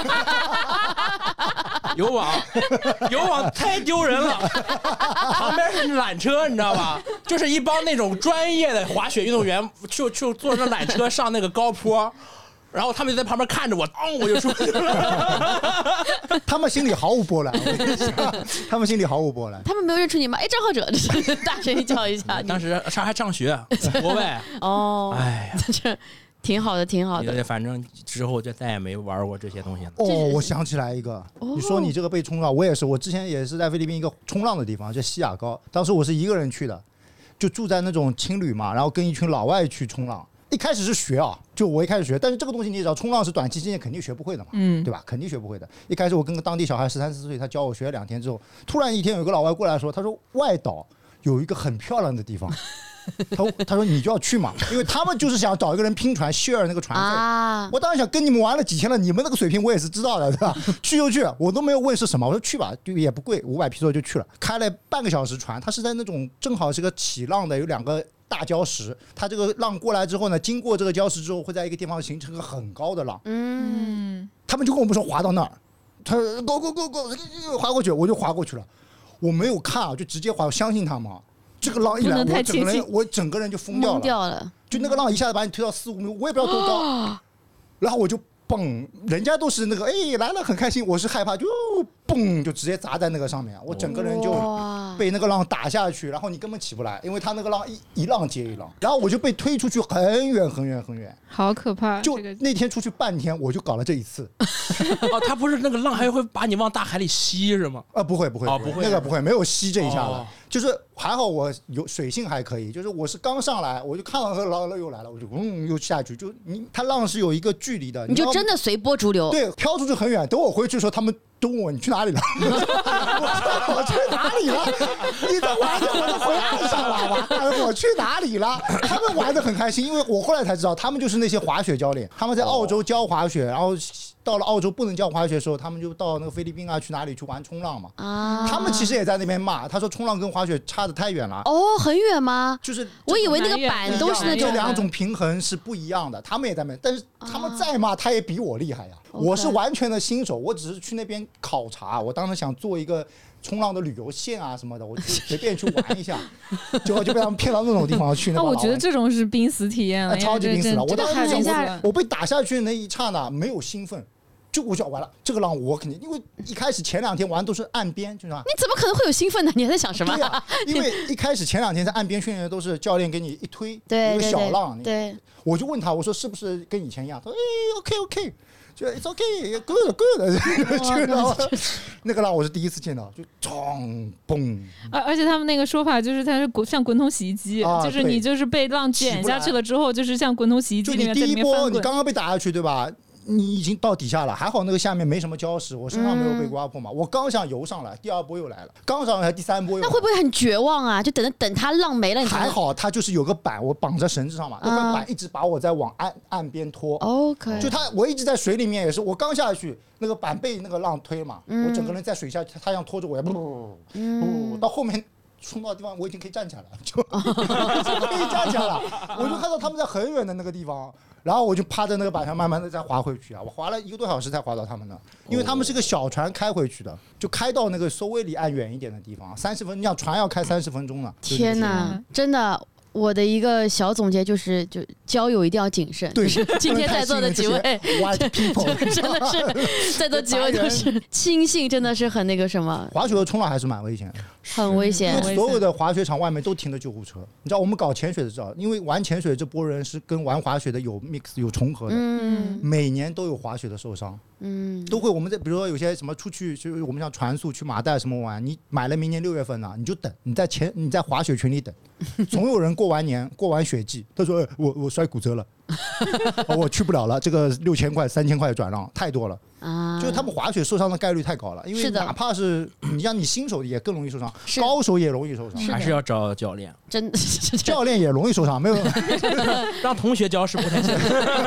有网，有网太丢人了。旁边是缆车，你知道吧？就是一帮那种专业的滑雪运动员，就就坐着缆车上那个高坡。然后他们就在旁边看着我，当我就出去了。 他们心里毫无波澜，他们心里毫无波澜。 他们没有认出你吗？哎，张浩哲，大声叫一下。 当时上还上学，国外。 哦， 哎呀， 这挺好的，挺好的。 反正之后就再也没玩过这些东西了。 哦，我想起来一个，哦、你说你这个被冲到，我也是，我之前也是在菲律宾一个冲浪的地方，叫西雅高。当时我是一个人去的，就住在那种青旅嘛，然后跟一群老外去冲浪。一开始是学啊，就我一开始学，但是这个东西你也知道，冲浪是短期之内肯定学不会的嘛，嗯，对吧？肯定学不会的。一开始我跟个当地小孩十三四岁，他教我学了两天之后，突然一天有个老外过来说，他说外岛有一个很漂亮的地方，他他说你就要去嘛，因为他们就是想找一个人拼船 share 那个船费。啊、我当时想跟你们玩了几天了，你们那个水平我也是知道的，对吧？去就去，我都没有问是什么，我说去吧，就也不贵，五百披索就去了。开了半个小时船，它是在那种正好是个起浪的，有两个大礁石，它这个浪过来之后呢，经过这个礁石之后，会在一个地方形成个很高的浪。嗯，他们就跟我们说滑到那儿，他说 go go go go 滑过去，我就滑过去了。我没有看啊，就直接滑，我相信他嘛。这个浪一来，我整个人我整个人就疯掉了， 掉了就那个浪一下子把你推到四五米，我也不知道多高，哦、然后我就蹦，人家都是那个哎来了很开心，我是害怕就蹦就直接砸在那个上面，我整个人就被那个浪打下去，然后你根本起不来，因为他那个浪一一浪接一浪，然后我就被推出去很远很远很远， 好可怕！ 就那天出去半天，我就搞了这一次。 哦，他不是那个浪还会把你往大海里吸是吗？ 啊，不会不会， 哦不会， 那个不会，没有吸这一下子。 哦就是还好我有水性还可以，就是我是刚上来我就看到那个浪又来了，我就嗯又下去，就你它浪是有一个距离的， 你就真的随波逐流， 对，飘出去很远。等我回去的时候，他们都问我你去哪里了？我, 我去哪里了？你在玩着我都回岸上了，玩我去哪里了？他们玩得很开心，因为我后来才知道，他们就是那些滑雪教练，他们在澳洲教滑雪，然后到了澳洲不能教滑雪的时候，他们就到那个菲律宾啊，去哪里去玩冲浪嘛。 啊， 他们其实也在那边骂，他说冲浪跟滑雪差得太远了。 哦，很远吗？ 就是我以为那个板都是那种这两种平衡是不一样的，他们也在那边，但是他们再骂，他也比我厉害呀。我是完全的新手，我只是去那边考察，我当时想做一个冲浪的旅游线啊什么的，我就随便去玩一下，结果就被他们骗到那种地方去。那我觉得这种是濒死体验了， 超级濒死了。我当时我我被打下去那一刹那没有兴奋。就我就完了，这个浪我肯定，因为一开始前两天玩都是岸边，就是吧？ 你怎么可能会有兴奋呢？你还在想什么？ 对呀、啊，因为一开始前两天在岸边训练的都是教练给你一推， 对一个小浪， 对，对我就问他，我说是不是跟以前一样？他说哎 ，OK OK， 就 It's OK，good good， 知道吗？那个浪我是第一次见到，就撞嘣。 而而且他们那个说法就是它是像滚筒洗衣机， 啊、 就是你就是被浪卷下去了之后，就是像滚筒洗衣机里面在里面翻滚。 就你第一波你刚刚被打下去，对吧？你已经到底下了，还好那个下面没什么礁石，我身上没有被刮破嘛。嗯、我刚想游上来，第二波又来了，刚上来第三波又来了。 那会不会很绝望啊？就等着等它浪没了，你还好，它就是有个板，我绑在绳子上嘛，那块板一直把我在往岸岸边拖。 OK， 就它，我一直在水里面，也是我刚下去，那个板被那个浪推嘛，嗯、我整个人在水下，它像拖着我，不不不，到后面。冲到地方我已经可以站起来了，就就可以站起来了。我就看到他们在很远的那个地方，然后我就趴在那个板上，慢慢的再滑回去啊。我滑了一个多小时才滑到他们那，因为他们是个小船开回去的，就开到那个收威里岸远一点的地方，三十分，你想船要开三十分钟呢。 天哪，真的。我的一个小总结就是，就交友一定要谨慎。 对， 今天在座的几位 white people 真的是在座几位都是轻信，真的是很那个什么。 滑雪和冲浪还是蛮危险的， 很危险。 因为所有的滑雪场外面都停的救护车。你知道我们搞潜水的知道，因为玩潜水这波人是跟玩滑雪的有 mix 有重合的，嗯，每年都有滑雪的受伤。嗯，都会。我们在比如说有些什么出去，就是我们像船速去马代什么玩，你买了明年六月份呢、啊，你就等，你在前你在滑雪群里等，总有人过完年过完雪季，他说、哎、我我摔骨折了，哦、我去不了了，这个六千块三千块转让太多了。啊，就是他们滑雪受伤的概率太高了，因为哪怕是你像你新手也更容易受伤，高手也容易受伤， 还是要找教练。 真的， 教练也容易受伤，没有让同学教是不太行，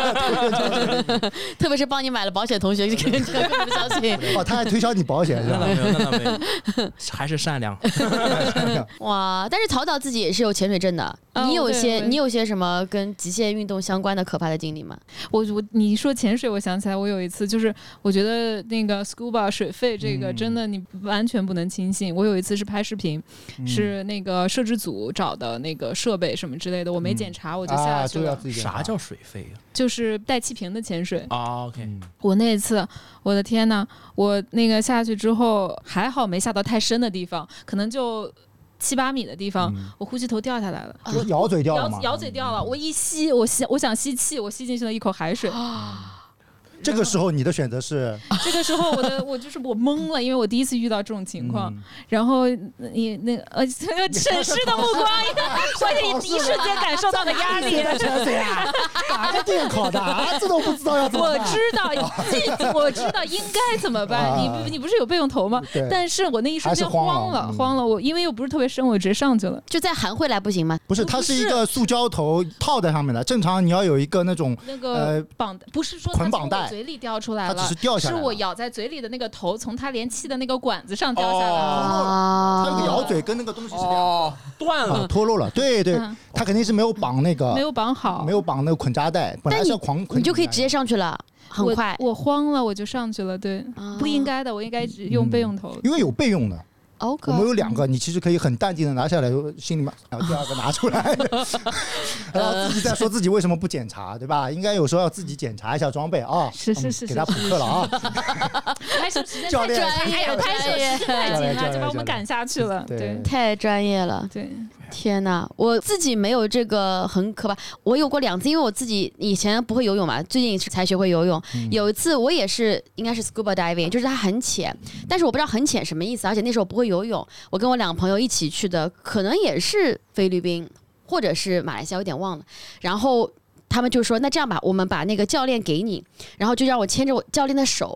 特别是帮你买了保险同学，就更不相信。 哦，他还推销你保险， 那倒没有，那倒没有，还是善良。 哇！但是曹导自己也是有潜水证的，你有些你有些什么跟极限运动相关的可怕的经历吗？ 我我你说潜水，我想起来，我有一次就是。我觉得那个 scuba 水费这个真的你完全不能轻信。我有一次是拍视频，嗯、是那个摄制组找的那个设备什么之类的，我没检查、嗯、我就下去了。 啊、 啥叫水费啊？ 就是带气瓶的潜水。 啊 ，OK。 我那次，我的天哪！我那个下去之后还好没下到太深的地方，可能就。七八米的地方，嗯、我呼吸头掉下来了， 就咬嘴掉了吗？ 咬嘴掉了，我一吸，我吸，我想吸气，我吸进去了一口海水。 这个时候你的选择是？ 这个时候我的我就是我懵了，因为我第一次遇到这种情况。嗯、然后你那呃审视的目光，我一瞬间感受到的压力。 潜水啊？哪个电考的？啊，这都不知道要怎么办？ 我知道，我知道应该怎么办。啊、你你不是有备用头吗？但是我那一瞬间慌了，慌了。我因为又不是特别深，我直接上去了。 就再含回来不行吗？ 不是，它是一个塑胶头套在上面的。正常你要有一个那种那个呃绑，不是说捆绑带。 嘴里掉出来了， 它只是掉下来了， 是我咬在嘴里的那个头从它连气的那个管子上掉下来了。 哦，它那个咬嘴跟那个东西是两哦断了、 啊，脱落了。对对，嗯、它肯定是没有绑那个， 没有绑好， 没有绑那个捆扎带，本来是要狂捆。 你就可以直接上去了，很快。 我, 我慌了，我就上去了。对，哦、不应该的，我应该用备用头、 嗯，因为有备用的。 Okay. 我们有两个，你其实可以很淡定的拿下来，心里面，然后第二个拿出来，然后自己再说自己为什么不检查，对吧？应该有时候要自己检查一下装备啊。 是是是， 给他补课了啊。 拍手时间太专业，拍手时间太紧了，就把我们赶下去了。对， 太专业了。 对， 天哪，我自己没有这个很可怕。我有过两次，因为我自己以前不会游泳嘛，最近才学会游泳。嗯、有一次我也是，应该是 scuba diving， 就是它很浅，但是我不知道很浅什么意思，而且那时候不会游泳，我跟我两个朋友一起去的，可能也是菲律宾或者是马来西亚，有点忘了。然后他们就说：“那这样吧，我们把那个教练给你，然后就让我牵着我教练的手，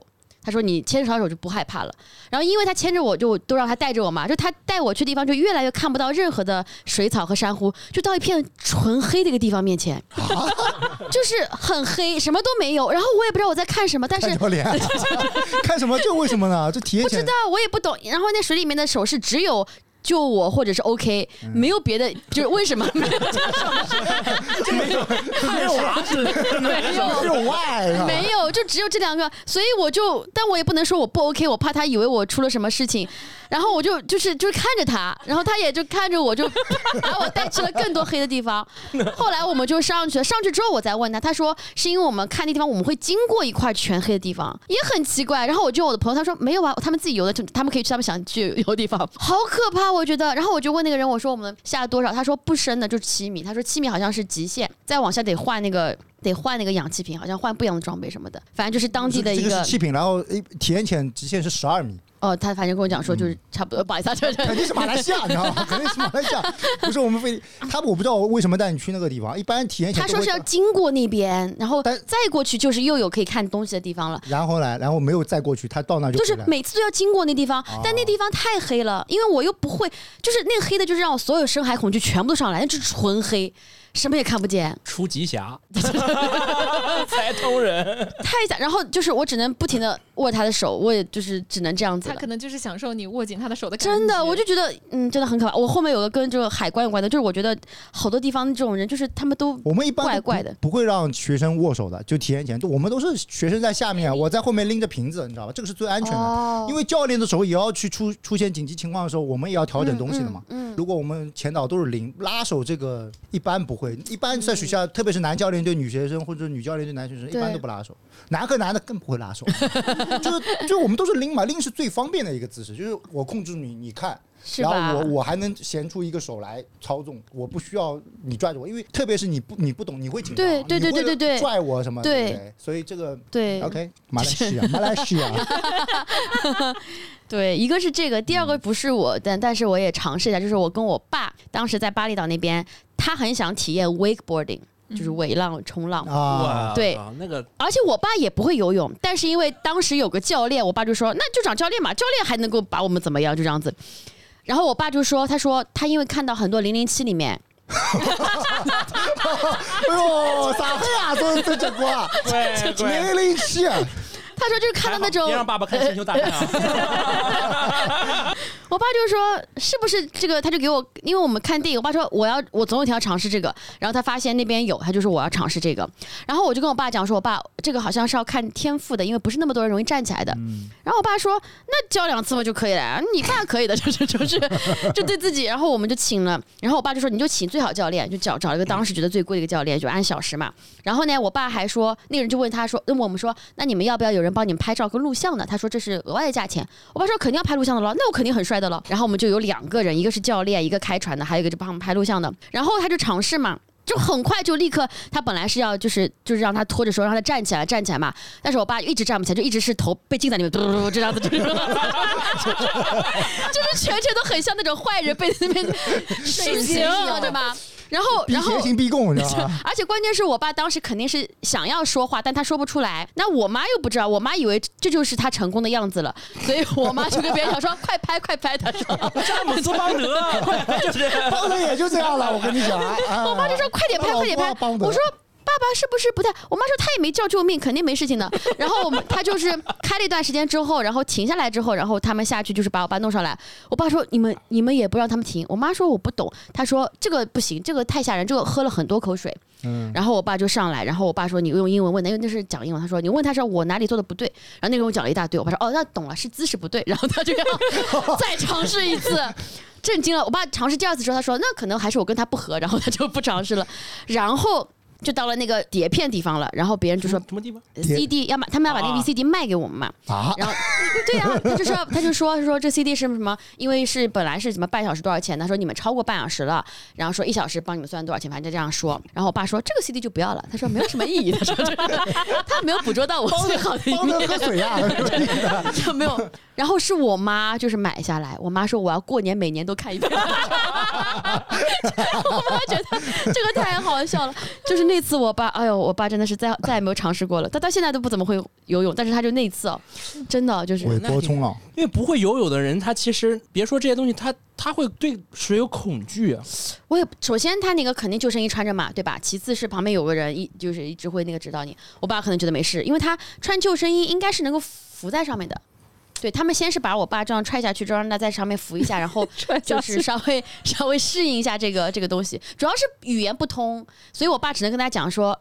他说你牵着小手就不害怕了。然后因为他牵着我就都让他带着我嘛，就他带我去的地方就越来越看不到任何的水草和珊瑚，就到一片纯黑的一个地方面前，就是很黑，什么都没有。然后我也不知道我在看什么，但是看教练看什么？这为什么呢？这体验不知道，我也不懂。然后那水里面的手势只有救我或者是 OK，、嗯、没有别的，就是为什么没有没有没有啥是没有没有外没有，就只有这两个，所以我就，但我也不能说我不 OK， 我怕他以为我出了什么事情，然后我就就是就是看着他，然后他也就看着我，就把我带去了更多黑的地方。后来我们就上去了，上去之后我再问他，他说是因为我们看那地方我们会经过一块全黑的地方，也很奇怪。然后我就我的朋友他说没有啊，他们自己游的，他们可以去他们想去游的地方，好可怕。我觉得，然后我就问那个人，我说我们下了多少？他说不深的，就是七米。他说七米好像是极限，再往下得换那个得换那个氧气瓶，好像换不一样的装备什么的。反正就是当地的一个， 这个是气瓶，然后体验潜极限是十二米。 哦，他反正跟我讲说就是差不多，不好意思， 肯定是马来西亚，你知道吗？肯定是马来西亚，不是我们飞。他我不知道为什么带你去那个地方，一般体验潜他说是要经过那边，然后再过去就是又有可以看东西的地方了。 然后呢，然后没有再过去，他到那就就是每次都要经过那地方，哦、但那地方太黑了，因为我又不会，就是那个黑的，就是让我所有深海恐惧全部都上来，那就是纯黑。什么也看不见， 初级侠才通人， 太假。然后就是我只能不停的握他的手，我也就是只能这样子。 他可能就是享受你握紧他的手的感觉。 真的，我就觉得嗯，真的很可怕。我后面有个跟这个海关有关的，就是我觉得好多地方这种人，就是他们都我们一般怪怪的， 不会让学生握手的，就体验前，我们都是学生在下面，我在后面拎着瓶子，你知道吧？这个是最安全的，哦、因为教练的时候也要去出出现紧急情况的时候，我们也要调整东西的嘛。嗯嗯嗯、如果我们前导都是零拉手，这个一般不会，一般在学校，嗯、特别是男教练对女学生或者女教练对男学生，一般都不拉手，男和男的更不会拉手，就是就我们都是拎嘛，拎是最方便的一个姿势，就是我控制你，你看。然后我我还能衔出一个手来操纵，我不需要你拽着我，因为特别是你不你不懂，你会紧张， 对对对对对对， 拽我什么， 对， 对不对？所以这个对 ，OK， 马来西亚，马来西亚， 对，一个是这个，第二个不是我，但但是我也尝试一下，就是我跟我爸当时在巴厘岛那边，他很想体验 wakeboarding。就是尾浪冲浪啊， 对， 啊那个， 而且我爸也不会游泳，但是因为当时有个教练，我爸就说那就找教练嘛，教练还能够把我们怎么样，就这样子。然后我爸就说，他说他因为看到很多零零七里面， 哎呦，啥黑啊，都都讲过啊，零零七啊。 他说就是看到那种， 别让爸爸看《星球大战》啊！ 我爸就说是不是这个？他就给我，因为我们看电影，我爸说我要我总有一天要尝试这个，然后他发现那边有，他就说我要尝试这个，然后我就跟我爸讲说，我爸这个好像是要看天赋的，因为不是那么多人容易站起来的。嗯、然后我爸说那教两次嘛就可以了，你爸可以的，就是就是就对自己，然后我们就请了，然后我爸就说你就请最好教练，就找找了一个当时觉得最贵的一个教练，就按小时嘛。然后呢，我爸还说那个人就问他说，问我们说那你们要不要有人帮你们拍照跟录像的？他说这是额外的价钱。我爸说肯定要拍录像的了，那我肯定很帅的了。然后我们就有两个人，一个是教练，一个开船的，还有一个就帮我们拍录像的。然后他就尝试嘛，就很快就立刻，他本来是要就是就是让他拖着手让他站起来站起来嘛，但是我爸一直站不起来，就一直是头被浸在里面，嘟嘟嘟这样子，就是就是全程都很像那种坏人被那边施刑，对吧？然后，然后逼刑逼供，你知道吗？ 而且关键是我爸当时肯定是想要说话，但他说不出来。那我妈又不知道，我妈以为这就是他成功的样子了，所以我妈就跟别人讲说：“快拍，快拍！”他说：“ 詹姆斯邦德，就是邦德也就这样了。”我跟你讲， 我妈就说：“快点拍，快点拍！”我说。爸爸是不是不太？我妈说他也没叫救命，肯定没事情的。然后我们他就是开了一段时间之后，然后停下来之后，然后他们下去就是把我爸弄上来。我爸说你们你们也不让他们停。我妈说我不懂，他说这个不行，这个太吓人，这个喝了很多口水。嗯，然后我爸就上来，然后我爸说你用英文问的，因为那是讲英文。他说你问他说我哪里做的不对，然后那个人我讲了一大堆。我爸说哦那懂了，是姿势不对，然后他就要再尝试一次。震惊了，我爸尝试第二次之后，他说那可能还是我跟他不合，然后他就不尝试了。然后就到了那个碟片地方了，然后别人就说什么地方 ？C D 要买，他们要把那个 V C D 卖给我们嘛。 啊， 然后对呀、啊，他就说他就说说这 C D 是什么？因为是本来是什么半小时多少钱？他说你们超过半小时了，然后说一小时帮你们算多少钱，反正就这样说。然后我爸说这个 C D 就不要了，他说没有什么意义。他说他没有捕捉到我最好的一面。 喝水呀、啊， 没有。然后是我妈就是买下来，我妈说我要过年每年都看一遍。 我妈觉得这个太好笑了。就是那次我爸，哎呦，我爸真的是再再也没有尝试过了，他到现在都不怎么会游泳，但是他就那次哦，真的就是会多冲浪。 因为不会游泳的人，他其实别说这些东西，他他会对水有恐惧啊。 我也首先他那个肯定救生衣穿着嘛，对吧？其次是旁边有个人一就是一直会那个指导你。我爸可能觉得没事，因为他穿救生衣应该是能够浮在上面的。对，他们先是把我爸这样踹下去，之后让他在上面浮一下，然后就是稍微稍微适应一下这个这个东西。主要是语言不通，所以我爸只能跟他讲说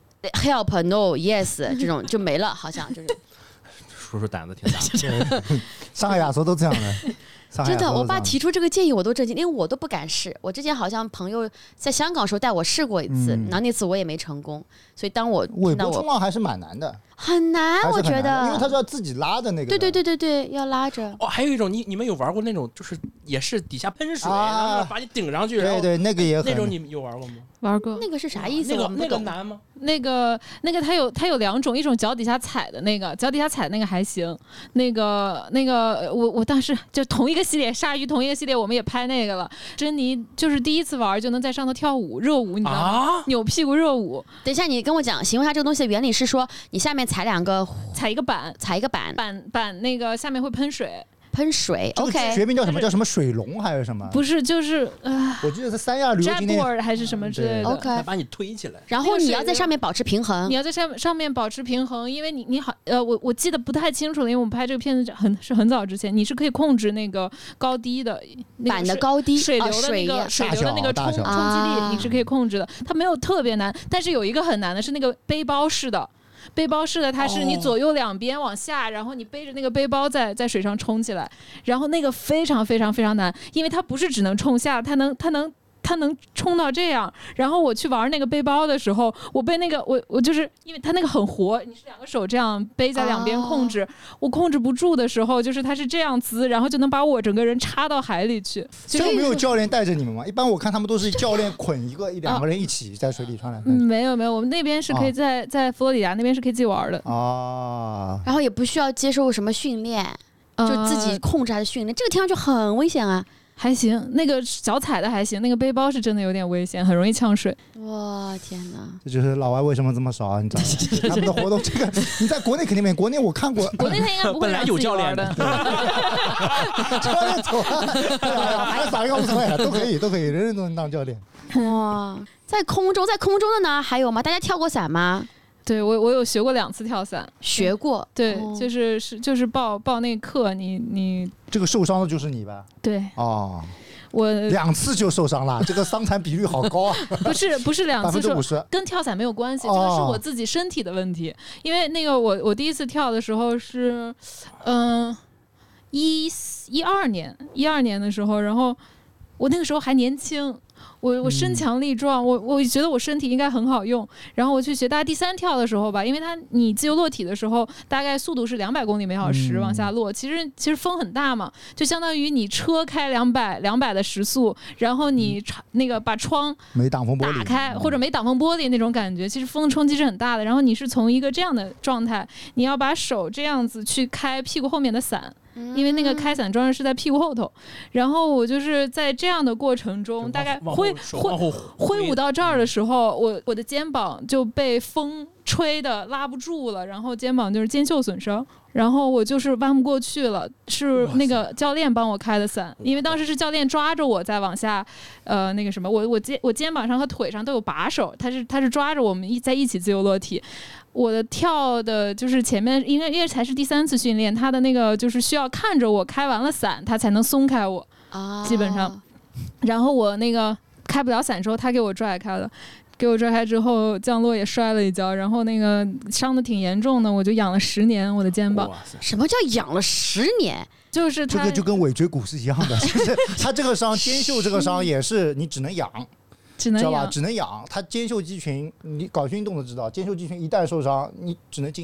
help no yes 这种就没了，好像就是。 叔叔胆子挺大。 上海亚索都这样的。 真的，我爸提出这个建议我都震惊，因为我都不敢试。我之前好像朋友在香港时候带我试过一次，然后那次我也没成功。所以当我尾波冲浪还是蛮难的， 很难，我觉得， 因为它是要自己拉的那个。 对对对对对，要拉着。 哦，还有一种，你你们有玩过那种，就是也是底下喷水，然后把你顶上去， 对对，那个也很那种，你们有玩过吗？ 玩过。 那个是啥意思？ 那个那个难吗？ 那个那个它有它有两种，一种脚底下踩的那个，脚底下踩的那个还行。那个那个我我当时就同一个系列鲨鱼同一个系列，我们也拍那个了。珍妮就是第一次玩就能在上头跳舞热舞，你知道吗？啊、扭屁股热舞。 等一下，你跟我讲，形容一下这个东西的原理是说，你下面踩两个， 踩一个板， 踩一个板， 板板那个下面会喷水。 喷水 ，OK， 学名叫什么？叫什么水龙还是什么？ 不是，就是呃， 我记得是三亚旅游景点还是什么之类的。 OK， 把你推起来， 然后你要在上面保持平衡， 你要在上上面保持平衡，因为你你好呃，我我记得不太清楚了，因为我们拍这个片子很是很早之前，你是可以控制那个高低的，那个、 板的高低， 水流的那个、 啊、 水流的那个冲冲击力、啊，你是可以控制的。它没有特别难，但是有一个很难的是那个背包式的。背包式的，它是你左右两边往下，然后你背着那个背包在在水上冲起来，然后那个非常非常非常难，因为它不是只能冲下，它能它能它能冲到这样。然后我去玩那个背包的时候，我被那个我我就是因为它那个很活，你是两个手这样背在两边控制，哦、我控制不住的时候，就是它是这样滋，然后就能把我整个人插到海里去。 这个没有教练带着你们吗？一般我看他们都是教练捆一个一两个人一起在水里穿来穿去。 嗯，没有没有，我们那边是可以在、哦、在佛罗里达那边是可以自己玩的啊， 然后也不需要接受什么训练，就自己控制还是训练，这个听上去很危险啊。 还行，那个脚踩的还行，那个背包是真的有点危险，很容易呛水。 哇，天哪！ 这就是老外为什么这么少啊？你知道吗？他们的活动，这个你在国内肯定没，国内我看过， 国内他应该不会让自己玩的。 教练走了，还是少一个无所谓，都可以，都可以，人人都能当教练。 哇，在空中，在空中的呢还有吗？大家跳过伞吗？ 对我，我有学过两次跳伞， 学过。 对，哦、就是是就是报报那个课，你你这个受伤的就是你吧？ 对。 哦， 我两次就受伤了，这个伤残比率好高啊！ 不是不是两次， 百分之五十， 跟跳伞没有关系，这个是我自己身体的问题。哦、因为那个我我第一次跳的时候是，嗯、呃，一一二年一二年的时候，然后我那个时候还年轻。我我身强力壮，我我觉得我身体应该很好用。然后我去学大概第三跳的时候吧，因为它你自由落体的时候，大概速度是两百公里每小时往下落，其实其实风很大嘛，就相当于你车开两百两百的时速，然后你那个把窗没挡风玻璃打开或者没挡风玻璃那种感觉，其实风的冲击是很大的。然后你是从一个这样的状态，你要把手这样子去开屁股后面的伞。因为那个开伞装置是在屁股后头，然后我就是在这样的过程中，大概挥挥挥舞到这儿的时候，我我的肩膀就被风吹的拉不住了，然后肩膀就是肩袖损伤，然后我就是弯不过去了，是那个教练帮我开的伞，因为当时是教练抓着我在往下，呃，那个什么，我我肩我肩膀上和腿上都有把手，他是他是抓着我们一在一起自由落体。我的跳的就是前面应该因为才是第三次训练，他的那个就是需要看着我开完了伞，他才能松开我， 啊， 基本上。然后我那个开不了伞之后，他给我拽开了，给我拽开之后降落也摔了一跤，然后那个伤的挺严重的，我就养了十年我的肩膀。 什么叫养了十年？ 就是这个就跟尾椎骨是一样的，就是他这个伤肩袖这个伤也是你只能养。 只能养，只能养。它肩袖肌群，你搞运动的知道，肩袖肌群一旦受伤，你只能静养。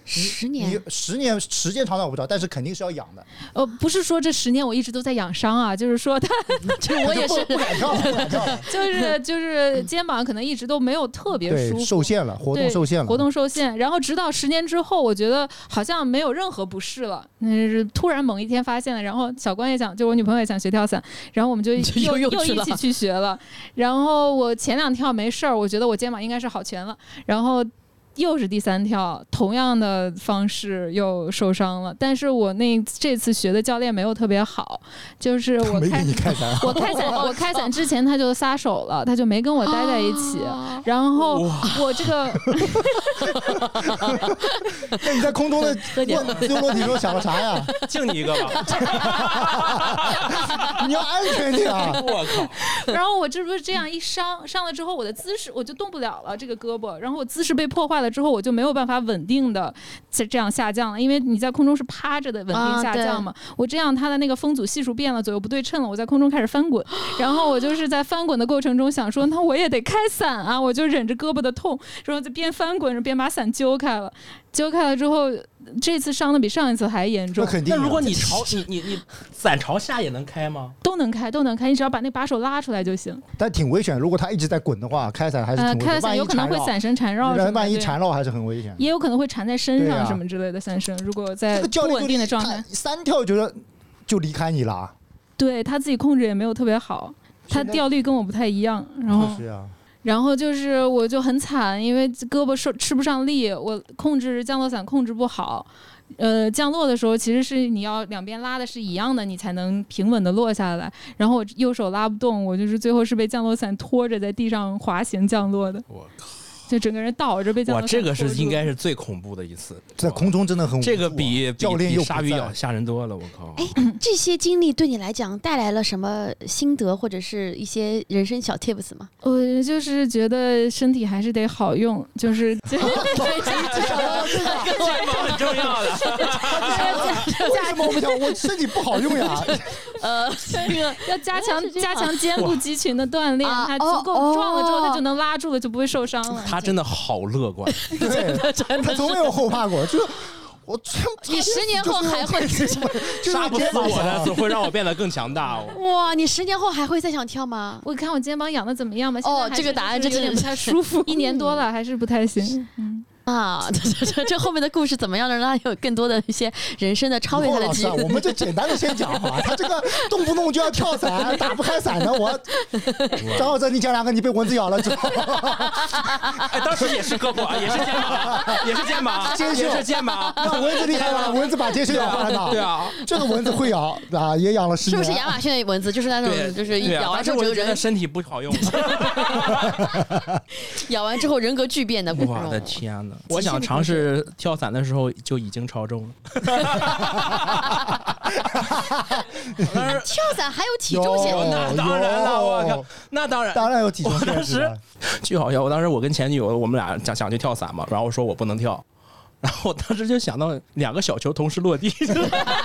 十年， 你十年时间长短我不知道，但是肯定是要养的。 呃，不是说这十年我一直都在养伤啊，就是说他， 就我也是不敢跳了，不敢跳了。 就是就是肩膀可能一直都没有特别舒服， 对，受限了，活动受限了， 活动受限。然后直到十年之后，我觉得好像没有任何不适了。嗯，是突然某一天发现了，然后小关也想，就我女朋友也想学跳伞，然后我们就又又一起去学了。然后我前两跳没事儿，我觉得我肩膀应该是好全了，然后。又是第三跳，同样的方式又受伤了。但是我那这次学的教练没有特别好，就是我开你开伞， 我开伞，我开伞之前他就撒手了，他就没跟我待在一起。啊、然后我这个， 那你在空中的自由落体时候想了啥呀？ 敬你一个吧， 你要安全点啊！ 我靠！ 然后我这不是这样一伤，伤了之后我的姿势我就动不了了，这个胳膊，然后我姿势被破坏了之后，我就没有办法稳定的这样下降了，因为你在空中是趴着的稳定下降嘛。啊、我这样它的那个风阻系数变了，左右不对称了，我在空中开始翻滚，然后我就是在翻滚的过程中想说，那我也得开伞啊，我就忍着胳膊的痛，然后就边翻滚着边把伞揪开了。揪开了之后，这次伤的比上一次还严重。 那肯定。 那如果你朝你你你伞朝下也能开吗？ 都能开，都能开，你只要把那把手拉出来就行。 但挺危险，如果它一直在滚的话，开伞还是挺危险。 呃、开伞有可能会伞绳缠绕， 万一缠绕还是很危险。 也有可能会缠在身上什么之类的伞绳，啊、如果在不稳定的状态， 三跳就就离开你了。 对他自己控制也没有特别好，他掉率跟我不太一样，然后。 是啊。 然后就是我就很惨，因为胳膊受吃不上力，我控制降落伞控制不好。呃，降落的时候其实是你要两边拉的是一样的，你才能平稳的落下来。然后我右手拉不动，我就是最后是被降落伞拖着在地上滑行降落的。我靠！就整个人倒着被降落伞。哇， 这个是应该是最恐怖的一次， 在空中真的很、啊、 这个比教练又鲨鱼咬吓人多了。我靠！ 哎，这些经历对你来讲带来了什么心得或者是一些人生小 tips 吗？ 我就是觉得身体还是得好用，就是肩膀很重要的。 为什么我不讲我身体不好用呀？ 呃，那个要加强加强肩部肌群的锻炼，它足够壮了之后，它就能拉住了，就不会受伤了。 他真的好乐观， 对，他从没有后怕过，就是我你十年后还会杀不死我的，只会让我变得更强大。 哇，你十年后还会再想跳吗？ 我看我肩膀养的怎么样吧。 哦，这个答案真的不太舒服，一年多了还是不太行。嗯。 啊，这这这后面的故事怎么样能让他有更多的一些人生的超越他的机会？ 我们就简单的先讲哈，他这个动不动就要跳伞，打不开伞的我。张浩哲，你讲两个你被蚊子咬了之后， 哎，当时也是胳膊，也是肩膀，也是肩膀， 肩袖也是肩膀。 那蚊子厉害吧？蚊子把肩袖咬坏了。 对啊， 这个蚊子会咬啊，也养了十年。 是不是亚马逊的蚊子？就是那种，就是咬完之后我就觉得身体不好用。 咬完之后人格巨变的。 我的天哪！我想尝试。是跳伞的时候就已经超重了。 跳伞还有体重限制？ 那当然了，我靠，那当然， 当然有体重限制。 巨好笑！我当时我跟前女友，我们俩想想去跳伞嘛，然后我说我不能跳。然后我当时就想到两个小球同时落地，哎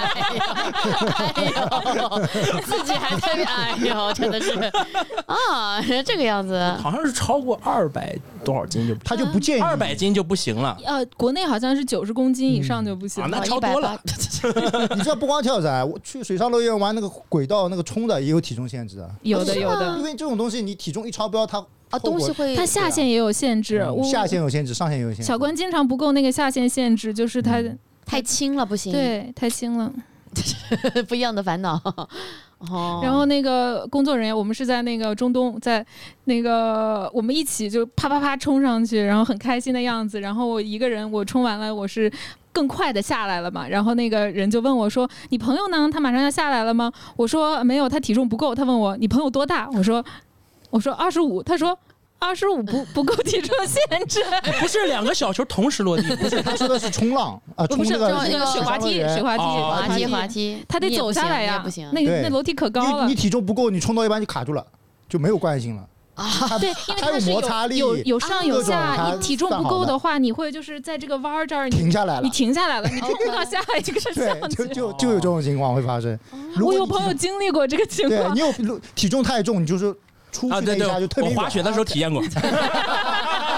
呦，自己还在，哎呦，真的是啊，这个样子， 好像是超过二百多少斤就他就不建议， 二百斤就不行了。 呃，国内好像是九十公斤以上就不行， 嗯啊、那超多了。 你知道不光跳伞，我去水上乐园玩那个轨道那个冲的也有体重限制的， 有的有的， 因为这种东西你体重一超标，它。 啊，东西会， 它下限也有限制， 嗯、下限有限制，上限有限制。 小关经常不够那个下限限制，就是它、嗯、 太轻了，不行。 对，太轻了， 不一样的烦恼。 哦。然后那个工作人员，我们是在那个中东，在那个我们一起就啪啪啪冲上去，然后很开心的样子。然后我一个人，我冲完了，我是更快的下来了嘛。然后那个人就问我说：“你朋友呢？他马上要下来了吗？”我说：“没有，他体重不够。”他问我：“你朋友多大？”我说。我说二十五，他说二十五不不够体重限制。 不是两个小球同时落地， 不是他说的是冲浪啊，冲那个那个水滑梯，水滑梯， 滑梯，滑梯， 他得走下来呀， 不行， 那个那楼梯可高了， 你体重不够，你冲到一半就卡住了，就没有惯性了。 啊，对，因为它是有有有上有下，你体重不够的话，你会就是在这个弯儿这儿停下来了， 你停下来了，你冲不到下来这个是对，就就就有这种情况会发生。 我有朋友经历过这个情况， 对你有体重太重，你就是。出去那一下就特别、 啊、我滑雪的时候体验过。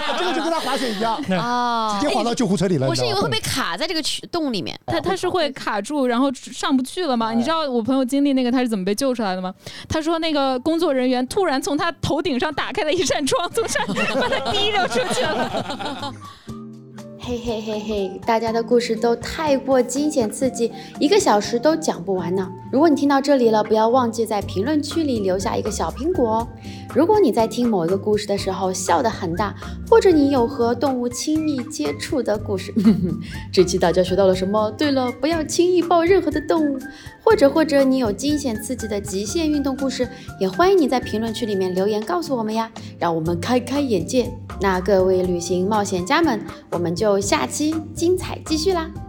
这个就跟他滑雪一样啊， 直接滑到救护车里了。 我是以为会被卡在这个渠洞里面， 他他是会卡住，然后上不去了吗？你知道我朋友经历那个他是怎么被救出来的吗？他说那个工作人员突然从他头顶上打开了一扇窗，从上把他提溜出去了。 嘿嘿嘿嘿，大家的故事都太过惊险刺激，一个小时都讲不完呢。如果你听到这里了，不要忘记在评论区里留下一个小苹果哦。如果你在听某一个故事的时候笑得很大，或者你有和动物亲密接触的故事，这期大家学到了什么？对了，不要轻易抱任何的动物。或者或者你有惊险刺激的极限运动故事，也欢迎你在评论区里面留言告诉我们呀，让我们开开眼界。那各位旅行冒险家们，我们就下期精彩继续啦！